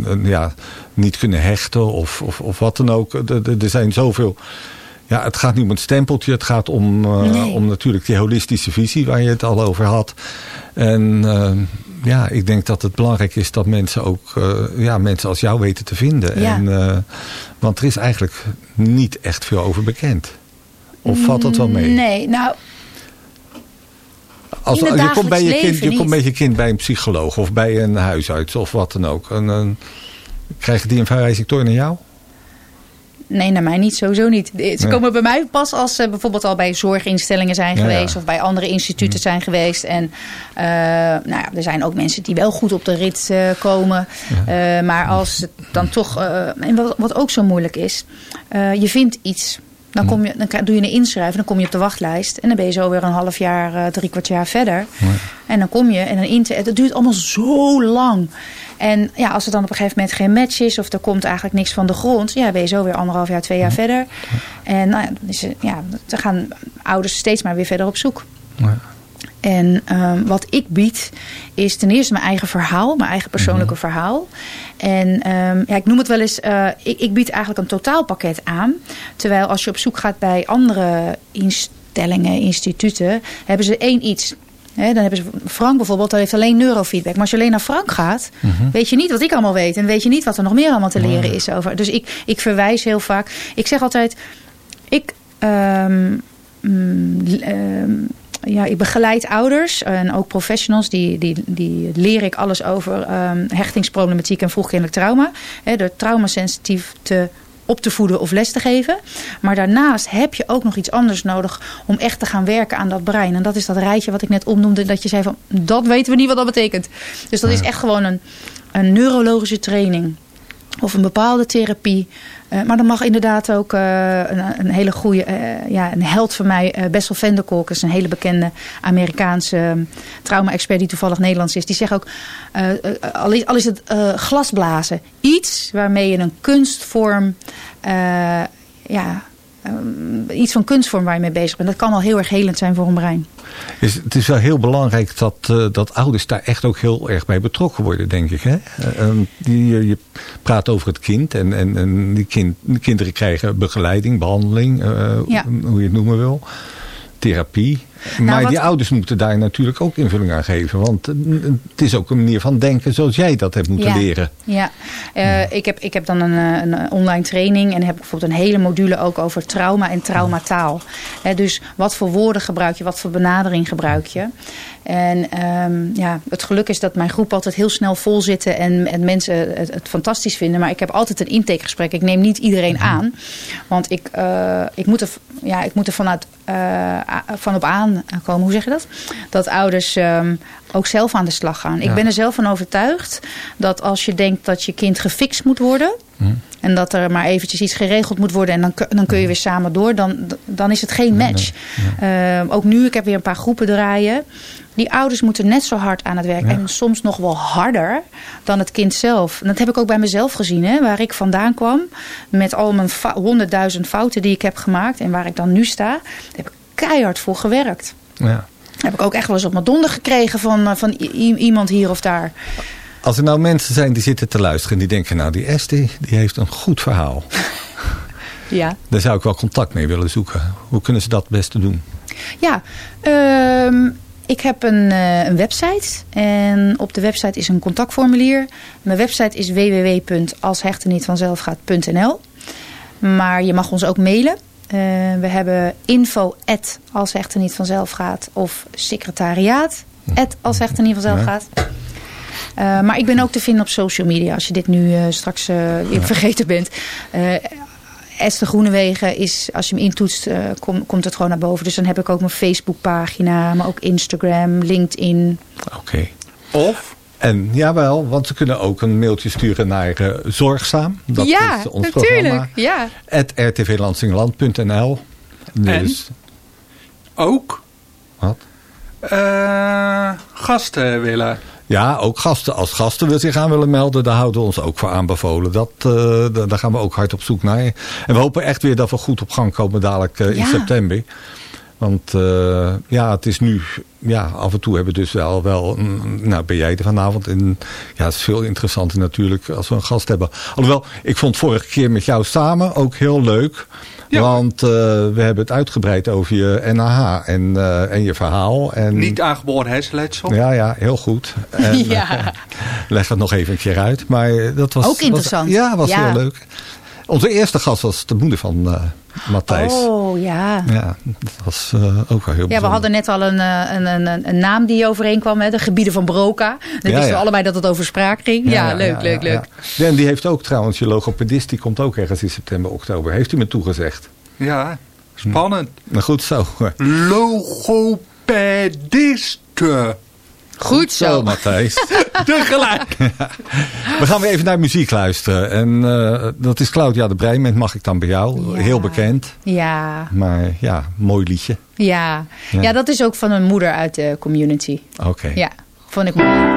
niet kunnen hechten of wat dan ook. Er zijn zoveel... Ja, het gaat niet om het stempeltje. Het gaat om natuurlijk die holistische visie waar je het al over had. En ja, ik denk dat het belangrijk is dat mensen ook mensen als jou weten te vinden. Ja. Want er is eigenlijk niet echt veel over bekend. Of valt dat wel mee? Nee, nou... Je komt met je kind bij een psycholoog of bij een huisarts of wat dan ook. En dan krijgen die een verwijzing door naar jou? Nee, naar mij niet. Sowieso niet. Ze komen bij mij pas als ze bijvoorbeeld al bij zorginstellingen zijn geweest. Of bij andere instituten zijn geweest. En er zijn ook mensen die wel goed op de rit komen. Ja. Maar als het dan toch... en wat ook zo moeilijk is. Je vindt iets... Dan doe je een inschrijven, dan kom je op de wachtlijst. En dan ben je zo weer een half jaar, 3/4 jaar verder. Ja. En dan kom je en dat duurt allemaal zo lang. En ja, als er dan op een gegeven moment geen match is... of er komt eigenlijk niks van de grond... ja, ben je zo weer 1,5 jaar, 2 jaar verder. En dan gaan ouders steeds maar weer verder op zoek. Ja. En wat ik bied is ten eerste mijn eigen verhaal. Mijn eigen persoonlijke verhaal. En ik noem het wel eens... Ik bied eigenlijk een totaalpakket aan. Terwijl als je op zoek gaat bij andere instellingen, instituten... hebben ze één iets... dan hebben ze Frank bijvoorbeeld, dat heeft alleen neurofeedback. Maar als je alleen naar Frank gaat, weet je niet wat ik allemaal weet. En weet je niet wat er nog meer allemaal te leren is over. Dus ik verwijs heel vaak. Ik zeg altijd, ik begeleid ouders en ook professionals. Die leer ik alles over hechtingsproblematiek en vroegkindelijk trauma. Door traumasensitief op te voeden of les te geven. Maar daarnaast heb je ook nog iets anders nodig om echt te gaan werken aan dat brein. En dat is dat rijtje wat ik net opnoemde. Dat je zei van, dat weten we niet wat dat betekent. Dus dat is echt gewoon een neurologische training. Of een bepaalde therapie. Maar dan mag inderdaad ook een hele goede, een held van mij, Bessel van der Kolk, is een hele bekende Amerikaanse trauma-expert die toevallig Nederlands is. Die zegt ook, al is het glasblazen, iets waarmee je een kunstvorm, iets van kunstvorm waar je mee bezig bent. Dat kan al heel erg helend zijn voor een brein. Het is wel heel belangrijk dat ouders daar echt ook heel erg bij betrokken worden, denk ik. Hè? Je praat over het kind en die kinderen krijgen begeleiding, behandeling, hoe je het noemen wil, therapie. Maar die ouders moeten daar natuurlijk ook invulling aan geven. Want het is ook een manier van denken zoals jij dat hebt moeten leren. Ja, ik heb dan een online training. En heb ik bijvoorbeeld een hele module ook over trauma en traumataal. Dus wat voor woorden gebruik je? Wat voor benadering gebruik je? En het geluk is dat mijn groep altijd heel snel vol zitten. En mensen het fantastisch vinden. Maar ik heb altijd een intakegesprek. Ik neem niet iedereen aan. Want ik moet er van op aankomen. Hoe zeg je dat? Dat ouders ook zelf aan de slag gaan. Ik ben er zelf van overtuigd dat als je denkt dat je kind gefixt moet worden. En dat er maar eventjes iets geregeld moet worden. En dan kun je weer samen door. Dan is het geen match. Ook nu, ik heb weer een paar groepen draaien. Die ouders moeten net zo hard aan het werk. En soms nog wel harder dan het kind zelf. En dat heb ik ook bij mezelf gezien. Hè, waar ik vandaan kwam. Met al mijn 100.000 fouten die ik heb gemaakt. En waar ik dan nu sta. Daar heb ik keihard voor gewerkt. Ja. Heb ik ook echt wel eens op mijn donder gekregen van iemand hier of daar. Als er nou mensen zijn die zitten te luisteren. En die denken, nou die Esty, die heeft een goed verhaal. Ja. Daar zou ik wel contact mee willen zoeken. Hoe kunnen ze dat het beste doen? Ja, ik heb een website. En op de website is een contactformulier. Mijn website is www.alshechtennietvanzelfgaat.nl. Maar je mag ons ook mailen. We hebben info@alshechtennietvanzelfgaat of secretariaat@alshechtennietvanzelfgaat. Maar ik ben ook te vinden op social media. Als je dit nu straks vergeten bent. Esther Groenewegen is, als je hem intoetst, komt het gewoon naar boven. Dus dan heb ik ook mijn Facebookpagina, maar ook Instagram, LinkedIn. Oké. Of? En jawel, want ze kunnen ook een mailtje sturen naar Zorgzaam. Dat is ons natuurlijk. Programma. @rtvlansingeland.nl. Dus. En ook? Wat? Gasten willen. Ja, ook gasten. Als gasten zich aan willen melden, daar houden we ons ook voor aanbevolen. Daar gaan we ook hard op zoek naar. En we hopen echt weer dat we goed op gang komen dadelijk in september. Want het is nu... Ja, af en toe hebben we dus wel ben jij er vanavond. En ja, het is veel interessanter natuurlijk als we een gast hebben. Alhoewel, ik vond vorige keer met jou samen ook heel leuk. Ja. Want we hebben het uitgebreid over je NAH en je verhaal. En, niet aangeboren hersenletsel. Ja, heel goed. En, leg dat nog even een keer uit. Maar dat was... Ook interessant. Was heel leuk. Onze eerste gast was de moeder van Matthijs. Oh, ja. Ja, dat was ook wel heel bijzonder. Ja, we hadden net al een naam die overeenkwam. Hè? De gebieden van Broca. Dan wisten we allebei dat het over spraak ging. Ja, leuk. Ja, en die heeft ook trouwens, je logopedist, die komt ook ergens in september, oktober. Heeft u me toegezegd? Ja, spannend. Nou goed zo. Logopediste. Goed zo, Matthijs. Tegelijk. We gaan weer even naar muziek luisteren. En dat is Claudia de Breij met Mag ik dan bij jou? Ja. Heel bekend. Ja. Maar ja, mooi liedje. Ja, dat is ook van een moeder uit de community. Oké. Ja, vond ik mooi.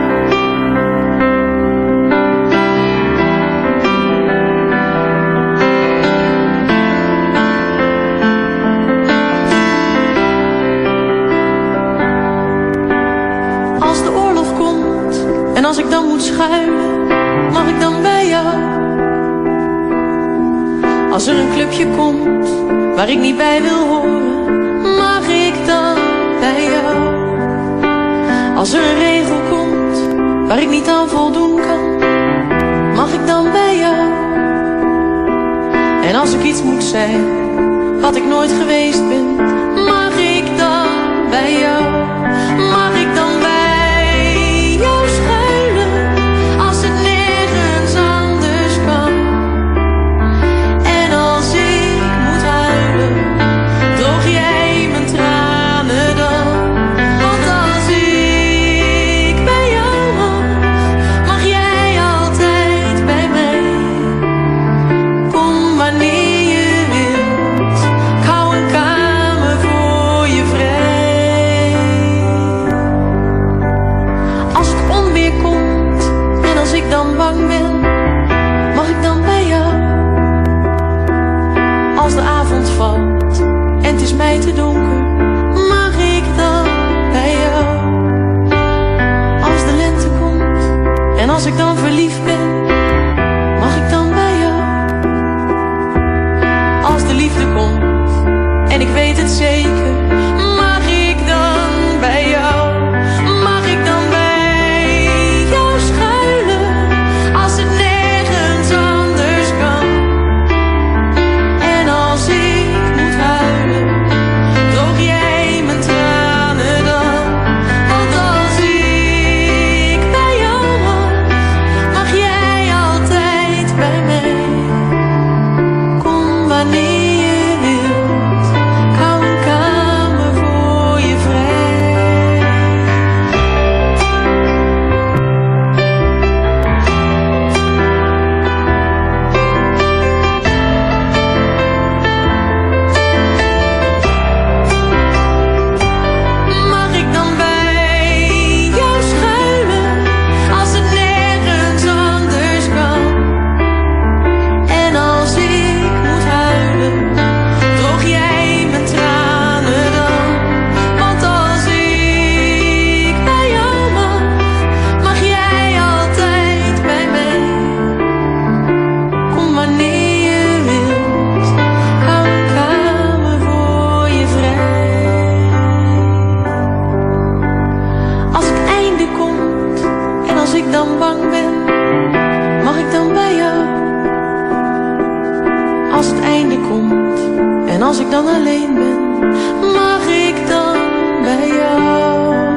Als ik dan moet schuilen, mag ik dan bij jou? Als er een clubje komt, waar ik niet bij wil horen, mag ik dan bij jou? Als er een regel komt, waar ik niet aan voldoen kan, mag ik dan bij jou? En als ik iets moet zijn, wat ik nooit geweest ben, mag ik dan bij jou? Mag ik dan bij jou schuilen, als het nergens anders kan? En als ik moet huilen, droog jij mijn tranen dan? Want als ik bij jou mag jij altijd bij mij. Kom wanneer je wilt, ik hou een kamer voor je vrij. Als het onweer komt en als ik dan bang ben, mag ik dan bij jou? Als de avond valt en het is mij te donker, mag ik dan bij jou? Als de lente komt en als ik dan verliefd ben, mag ik dan bij jou? Als de liefde komt en ik weet het zeker, mag ik dan bij jou? Mag ik dan bij jou schuilen, als het nergens anders kan? En als ik moet huilen, droog jij mijn tranen dan? Want als ik bij jou mag jij altijd bij mij. Kom wanneer je wilt, ik hou een kamer voor je vrij. Mag ik dan bij jou schuilen, als het nergens anders kan? En als ik moet huilen, droog jij mijn tranen dan? Want als ik bij jou mag jij altijd bij mij. Kom wanneer je wilt, ik hou een kamer voor je vrij. Als het einde komt en als ik dan bang ben, mag ik dan bij jou? Als het einde komt en als ik dan alleen ben, mag ik dan bij jou?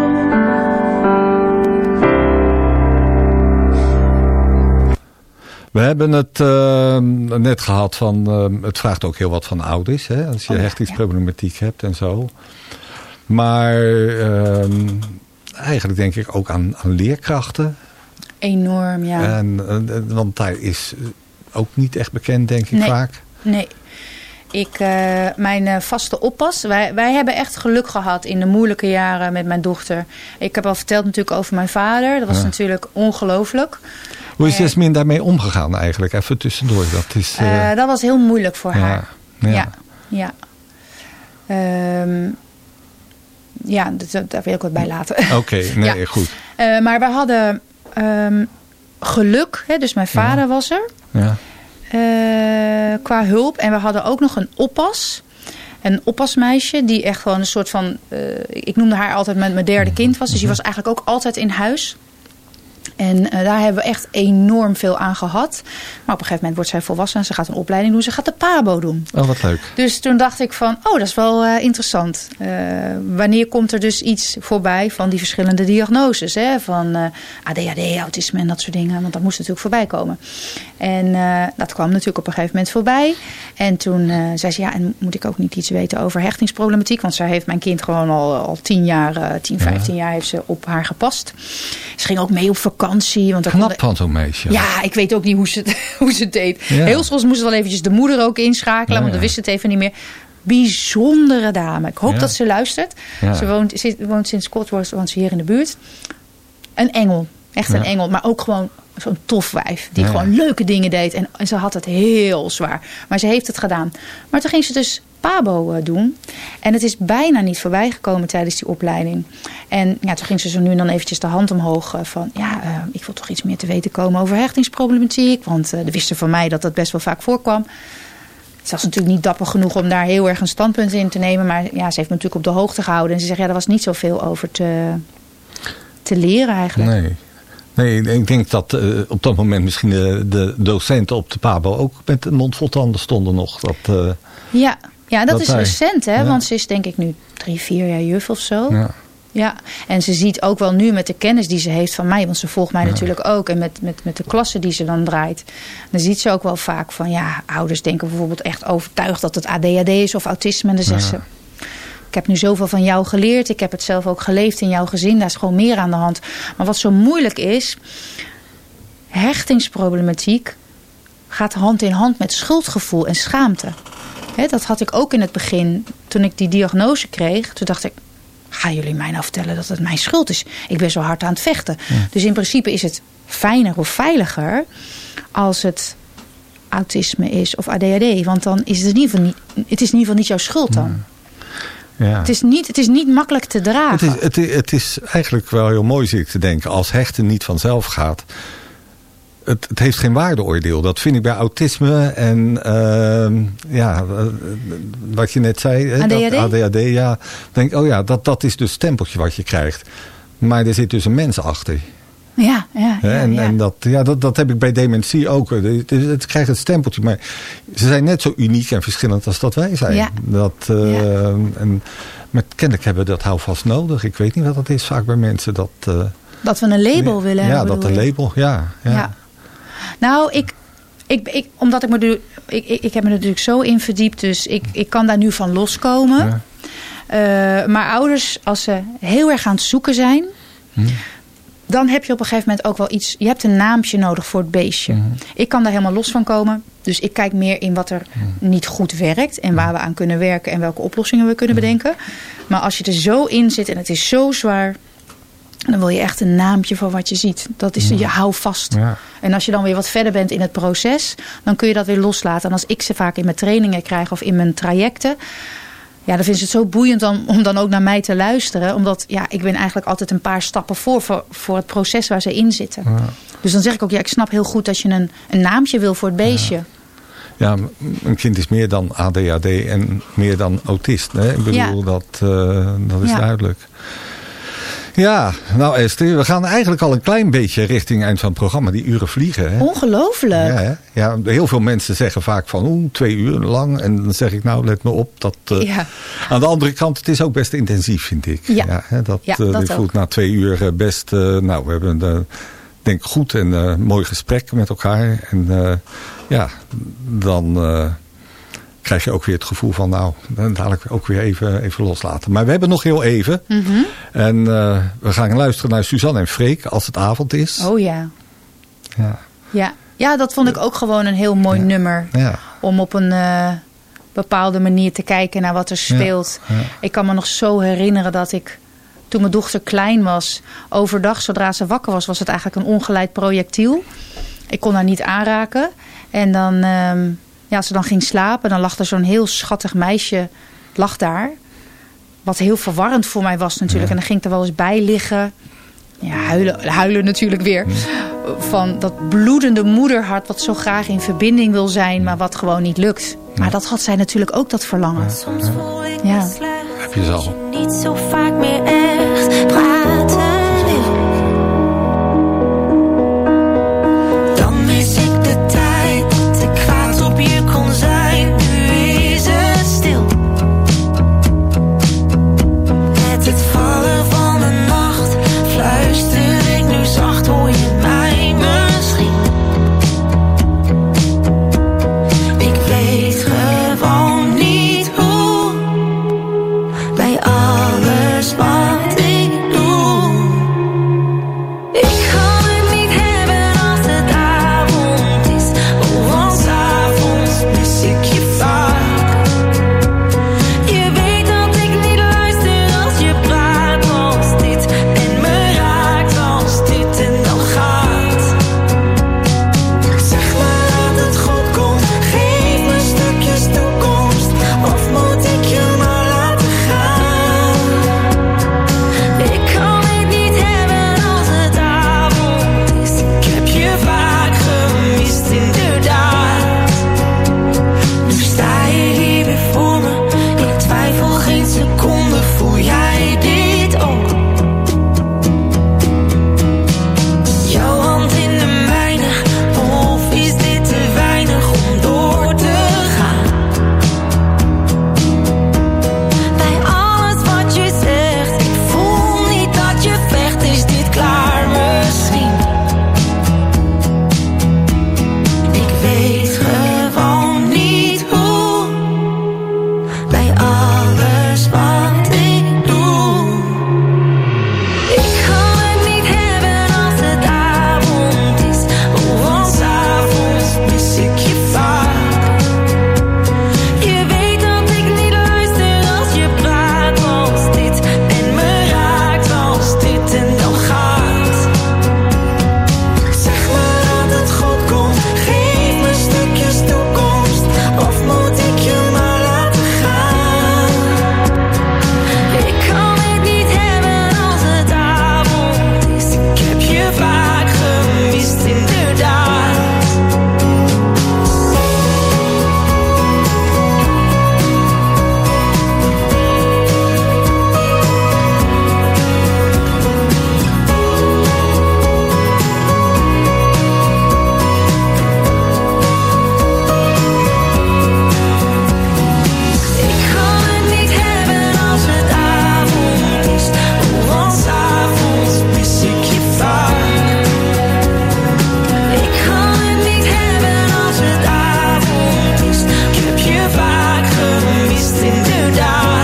We hebben het net gehad van... het vraagt ook heel wat van ouders. Hè, als je hechtingsproblematiek hebt en zo. Maar eigenlijk denk ik ook aan leerkrachten. Enorm, ja. Want daar is ook niet echt bekend, denk ik, vaak. Nee. Mijn vaste oppas. Wij hebben echt geluk gehad in de moeilijke jaren met mijn dochter. Ik heb al verteld natuurlijk over mijn vader. Dat was natuurlijk ongelooflijk. Hoe is Jasmin daarmee omgegaan eigenlijk? Even tussendoor. Dat was heel moeilijk voor haar. Ja. Ja. Ja, daar wil ik wat bij laten. Oké, nee, goed. Maar we hadden geluk. Hè, dus mijn vader was er. Ja. Qua hulp. En we hadden ook nog een oppas. Een oppasmeisje die echt gewoon een soort van... ik noemde haar altijd mijn derde kind was. Dus die was eigenlijk ook altijd in huis. En daar hebben we echt enorm veel aan gehad. Maar op een gegeven moment wordt zij volwassen. En ze gaat een opleiding doen. Ze gaat de PABO doen. Oh, wat leuk. Dus toen dacht ik van, dat is wel interessant. Wanneer komt er dus iets voorbij van die verschillende diagnoses? Hè? Van ADHD, autisme en dat soort dingen. Want dat moest natuurlijk voorbij komen. En dat kwam natuurlijk op een gegeven moment voorbij. En toen zei ze, en moet ik ook niet iets weten over hechtingsproblematiek? Want zij heeft mijn kind gewoon al 15 jaar heeft ze op haar gepast. Ze ging ook mee op vakantie. Want knap van zo'n meisje. Ja, ik weet ook niet hoe ze het deed. Ja. Heel soms moest wel eventjes de moeder ook inschakelen. Want dan wist het even niet meer. Bijzondere dame. Ik hoop dat ze luistert. Ja. Ze woont sinds kort woont ze hier in de buurt. Een engel. Echt een engel. Maar ook gewoon zo'n tof wijf. Die gewoon leuke dingen deed. En ze had het heel zwaar. Maar ze heeft het gedaan. Maar toen ging ze dus PABO doen. En het is bijna niet voorbij gekomen tijdens die opleiding. En toen ging ze zo nu en dan eventjes de hand omhoog van... ik wil toch iets meer te weten komen over hechtingsproblematiek. Want er wisten van mij dat dat best wel vaak voorkwam. Ze was natuurlijk niet dapper genoeg om daar heel erg een standpunt in te nemen. Maar ze heeft me natuurlijk op de hoogte gehouden. En ze zegt, er was niet zoveel over te leren eigenlijk. Nee, ik denk dat op dat moment misschien de docenten op de PABO ook met de mond vol tanden stonden nog. Ja, dat is recent, hè? Ja. Want ze is denk ik nu 3-4 jaar juf of zo. Ja, en ze ziet ook wel nu met de kennis die ze heeft van mij. Want ze volgt mij natuurlijk ook. En met de klassen die ze dan draait. Dan ziet ze ook wel vaak van... ouders denken bijvoorbeeld echt overtuigd dat het ADHD is of autisme. En dan zegt ze... Ik heb nu zoveel van jou geleerd. Ik heb het zelf ook geleefd in jouw gezin. Daar is gewoon meer aan de hand. Maar wat zo moeilijk is... hechtingsproblematiek gaat hand in hand met schuldgevoel en schaamte. Dat had ik ook in het begin. Toen ik die diagnose kreeg, toen dacht ik... gaan jullie mij nou vertellen dat het mijn schuld is? Ik ben zo hard aan het vechten. Ja. Dus in principe is het fijner of veiliger... als het autisme is of ADHD. Want dan is het in ieder geval niet jouw schuld dan. Ja. Het is niet makkelijk te dragen. Het is eigenlijk wel heel mooi, zie ik te denken. Als hechten niet vanzelf gaat... Het heeft geen waardeoordeel. Dat vind ik bij autisme en wat je net zei. ADHD, denk dat is dus het stempeltje wat je krijgt. Maar er zit dus een mens achter. En dat heb ik bij dementie ook. Het krijgt het stempeltje. Maar ze zijn net zo uniek en verschillend als dat wij zijn. Ja. Maar kennelijk hebben we dat houvast nodig. Ik weet niet wat dat is vaak bij mensen. Dat we een label willen hebben. Ja, dat een label, ja. Nou, omdat ik heb me natuurlijk zo in verdiept. Dus ik kan daar nu van loskomen. Ja. Maar ouders, als ze heel erg aan het zoeken zijn... dan heb je op een gegeven moment ook wel iets... je hebt een naampje nodig voor het beestje. Ik kan daar helemaal los van komen. Dus ik kijk meer in wat er niet goed werkt... en waar we aan kunnen werken... en welke oplossingen we kunnen bedenken. Maar als je er zo in zit en het is zo zwaar... dan wil je echt een naampje voor wat je ziet. Dat is je hou vast. Ja. En als je dan weer wat verder bent in het proces... dan kun je dat weer loslaten. En als ik ze vaak in mijn trainingen krijg of in mijn trajecten... dan vinden ze het zo boeiend om dan ook naar mij te luisteren. Omdat ik ben eigenlijk altijd een paar stappen voor het proces waar ze in zitten. Ja. Dus dan zeg ik ook, ik snap heel goed dat je een naampje wil voor het beestje. Ja, een kind is meer dan ADHD en meer dan autist. Hè? Ik bedoel, dat is duidelijk. Ja, nou Esther, we gaan eigenlijk al een klein beetje richting eind van het programma. Die uren vliegen. Hè? Ongelooflijk. Ja, heel veel mensen zeggen vaak van 2 uur lang. En dan zeg ik let me op. Dat, aan de andere kant, het is ook best intensief, vind ik. Dat voelt na 2 uur best... we hebben denk ik goed en mooi gesprek met elkaar. En dan... krijg je ook weer het gevoel van, dan dadelijk ook weer even loslaten. Maar we hebben nog heel even. En we gaan luisteren naar Suzanne en Freek als het avond is. Oh ja. Ja, dat vond ik ook gewoon een heel mooi nummer. Ja. Om op een bepaalde manier te kijken naar wat er speelt. Ja. Ik kan me nog zo herinneren dat ik, toen mijn dochter klein was, overdag, zodra ze wakker was, was het eigenlijk een ongeleid projectiel. Ik kon haar niet aanraken. En dan... als ze dan ging slapen, dan lag er zo'n heel schattig meisje lag daar. Wat heel verwarrend voor mij was natuurlijk. En dan ging ik er wel eens bij liggen. Ja, huilen natuurlijk weer. Van dat bloedende moederhart wat zo graag in verbinding wil zijn, maar wat gewoon niet lukt. Maar dat had zij natuurlijk ook, dat verlangen. Soms voel ik Ja. me slecht. Heb je ze al? Je niet zo vaak meer echt praten wil. Dan mis ik de tijd dat ik kwaad op je kon zijn. Nu is het stil. Met het vallen van de nacht fluister ik nu zacht, hoor je mij misschien? Ik weet gewoon niet hoe. Bij alles wat ik doe. Ik kan het niet hebben als het avond is. Oh, want 's avonds mis ik je vaak. Je weet dat ik niet luister als je praat als dit. En me raakt als dit en dan gaat. Zeg maar dat het goed komt. Geef me stukjes toekomst. Of moet ik je maar laten gaan? Ik kan het niet hebben als het avond is. Ik heb je vaak gemist, inderdaad. Nu sta je hier weer voor me. Ik twijfel geen seconde, voel jij dit ook? Jouw hand in de mijne, of is dit te weinig om door te gaan? Bij alles wat je zegt, ik voel niet dat je vecht, is dit klaar misschien? Ik weet gewoon niet hoe. Bij alles wat ik doe. Ik kan het niet hebben als het avond is. Oh, want 's avonds mis ik je vaak. Je weet dat ik niet luister als je praat als dit. En me raakt als dit en dan gaat. Zeg maar dat het goed komt. Geef me stukjes toekomst. Of moet ik je maar laten gaan? Ik kan het niet hebben als het avond is. Ik heb je vaak gemist, inderdaad. Ik kan het niet hebben als het avond is. Oh, want 's avonds mis ik je vaak. Ik kan het niet hebben als het avond is. Ik heb je vaak gemist, inderdaad.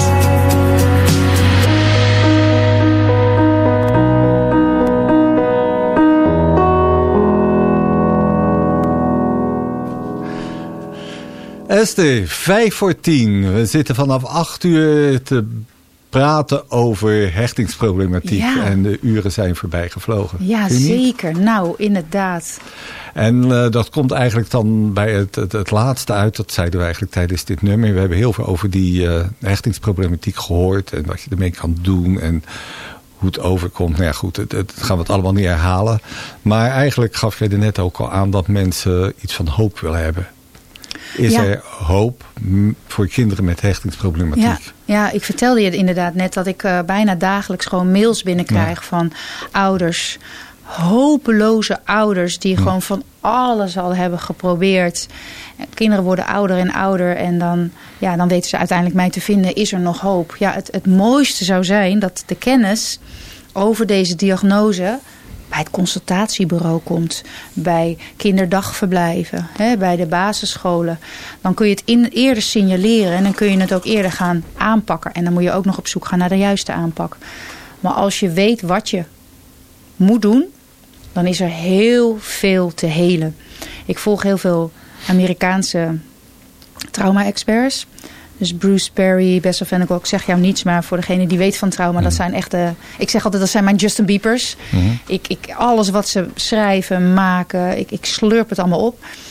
Esther, 5:10. We zitten vanaf 8 uur te praten over hechtingsproblematiek. Ja. En de uren zijn voorbij gevlogen. Ja, Vind je niet? zeker. Nou, inderdaad. En dat komt eigenlijk dan bij het laatste uit. Dat zeiden we eigenlijk tijdens dit nummer. We hebben heel veel over die hechtingsproblematiek gehoord. En wat je ermee kan doen. En hoe het overkomt. Nou ja, goed, dat gaan we het allemaal niet herhalen. Maar eigenlijk gaf jij er net ook al aan dat mensen iets van hoop willen hebben. Is Ja. er hoop voor kinderen met hechtingsproblematiek? Ja, ik vertelde je inderdaad net dat ik bijna dagelijks gewoon mails binnenkrijg van ouders. Hopeloze ouders die gewoon van alles al hebben geprobeerd. Kinderen worden ouder en ouder en dan weten ze uiteindelijk mij te vinden. Is er nog hoop? Ja, het mooiste zou zijn dat de kennis over deze diagnose bij het consultatiebureau komt, bij kinderdagverblijven, bij de basisscholen. Dan kun je het eerder signaleren en dan kun je het ook eerder gaan aanpakken. En dan moet je ook nog op zoek gaan naar de juiste aanpak. Maar als je weet wat je moet doen, dan is er heel veel te helen. Ik volg heel veel Amerikaanse trauma-experts. Dus Bruce Perry, Bessel van der Kolk, ik zeg jou niets, maar voor degene die weet van trauma, dat zijn echt ik zeg altijd, dat zijn mijn Justin Biebers. Alles wat ze schrijven, maken, ik slurp het allemaal op.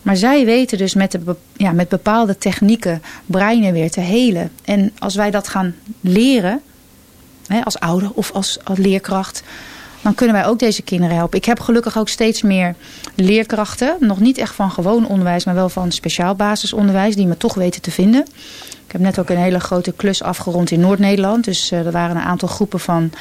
Maar zij weten dus met bepaalde technieken breinen weer te helen. En als wij dat gaan leren, als ouder of als leerkracht, dan kunnen wij ook deze kinderen helpen. Ik heb gelukkig ook steeds meer leerkrachten. Nog niet echt van gewoon onderwijs, maar wel van speciaal basisonderwijs, die me toch weten te vinden. Ik heb net ook een hele grote klus afgerond in Noord-Nederland. Dus er waren een aantal groepen van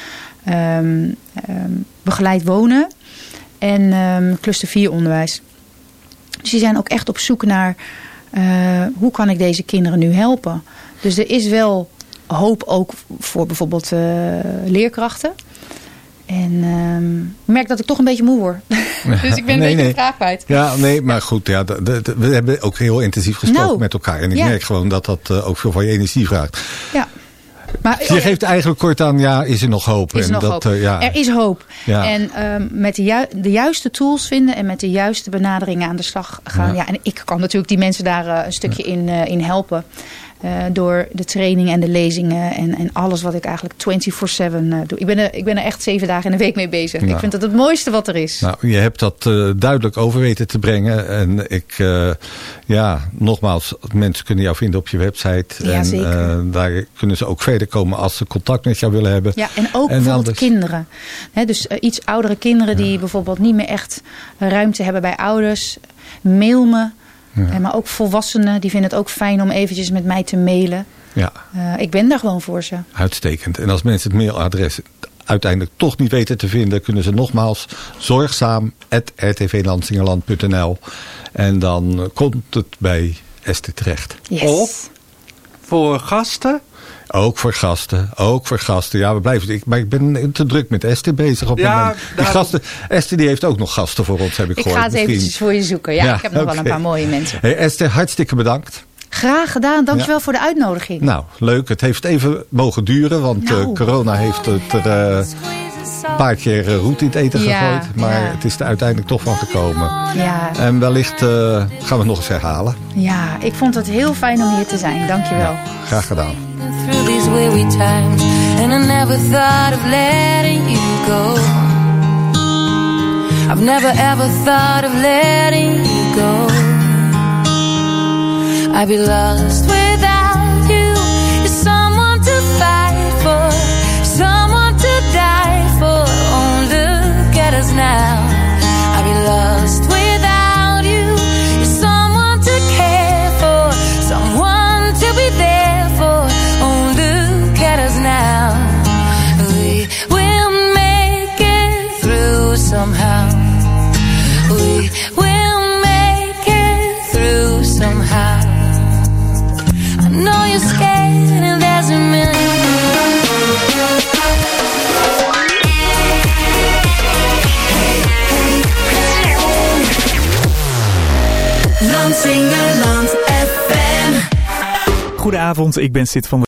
begeleid wonen en cluster 4 onderwijs. Dus die zijn ook echt op zoek naar hoe kan ik deze kinderen nu helpen. Dus er is wel hoop ook voor bijvoorbeeld leerkrachten. En ik merk dat ik toch een beetje moe word. Dus ik ben een beetje de vraag kwijt. Ja, nee, maar goed. Ja, we hebben ook heel intensief gesproken met elkaar. En ik merk gewoon dat ook veel van je energie vraagt. Ja. Maar, je geeft eigenlijk kort aan, is er nog hoop? Er is hoop. Ja. En met de juiste tools vinden en met de juiste benaderingen aan de slag gaan. Ja, en ik kan natuurlijk die mensen daar een stukje in helpen. Door de training en de lezingen en alles wat ik eigenlijk 24/7 doe. Ik ben er echt 7 dagen in de week mee bezig. Nou. Ik vind dat het mooiste wat er is. Nou, je hebt dat duidelijk over weten te brengen. En nogmaals, mensen kunnen jou vinden op je website. Ja, en zeker. Daar kunnen ze ook verder komen als ze contact met jou willen hebben. Ja, en ook bijvoorbeeld kinderen. Dus iets oudere kinderen die bijvoorbeeld niet meer echt ruimte hebben bij ouders. Mail me. Ja. Maar ook volwassenen, die vinden het ook fijn om eventjes met mij te mailen. Ja. Ik ben daar gewoon voor ze. Uitstekend. En als mensen het mailadres uiteindelijk toch niet weten te vinden, kunnen ze nogmaals zorgzaam@rtvlansingerland.nl en dan komt het bij Esther terecht. Yes. Of voor gasten? Ook voor gasten. Ja, maar ik ben te druk met Esther bezig. Die gasten, Esther die heeft ook nog gasten voor ons, heb ik gehoord. Ik ga het eventjes voor je zoeken. Ja, ik heb nog wel een paar mooie mensen. Hey Esther, hartstikke bedankt. Graag gedaan. Dankjewel voor de uitnodiging. Nou, leuk. Het heeft even mogen duren, want corona heeft het er een paar keer roet in het eten gegooid. Maar het is er uiteindelijk toch van gekomen. Ja. En wellicht gaan we het nog eens herhalen. Ja, ik vond het heel fijn om hier te zijn. Dankjewel. Ja, graag gedaan. Through these weary times, and I never thought of letting you go. I've never ever thought of letting you go. I'd be lost without you. You're someone to fight for, someone to die for. Oh, look at us now. I'd be lost without you. You're someone to care for, someone to be there for. Oh, look at us now. We will make it through somehow. We will make it through somehow. I know you're scared and there's a million. Goedenavond, ik ben Sid van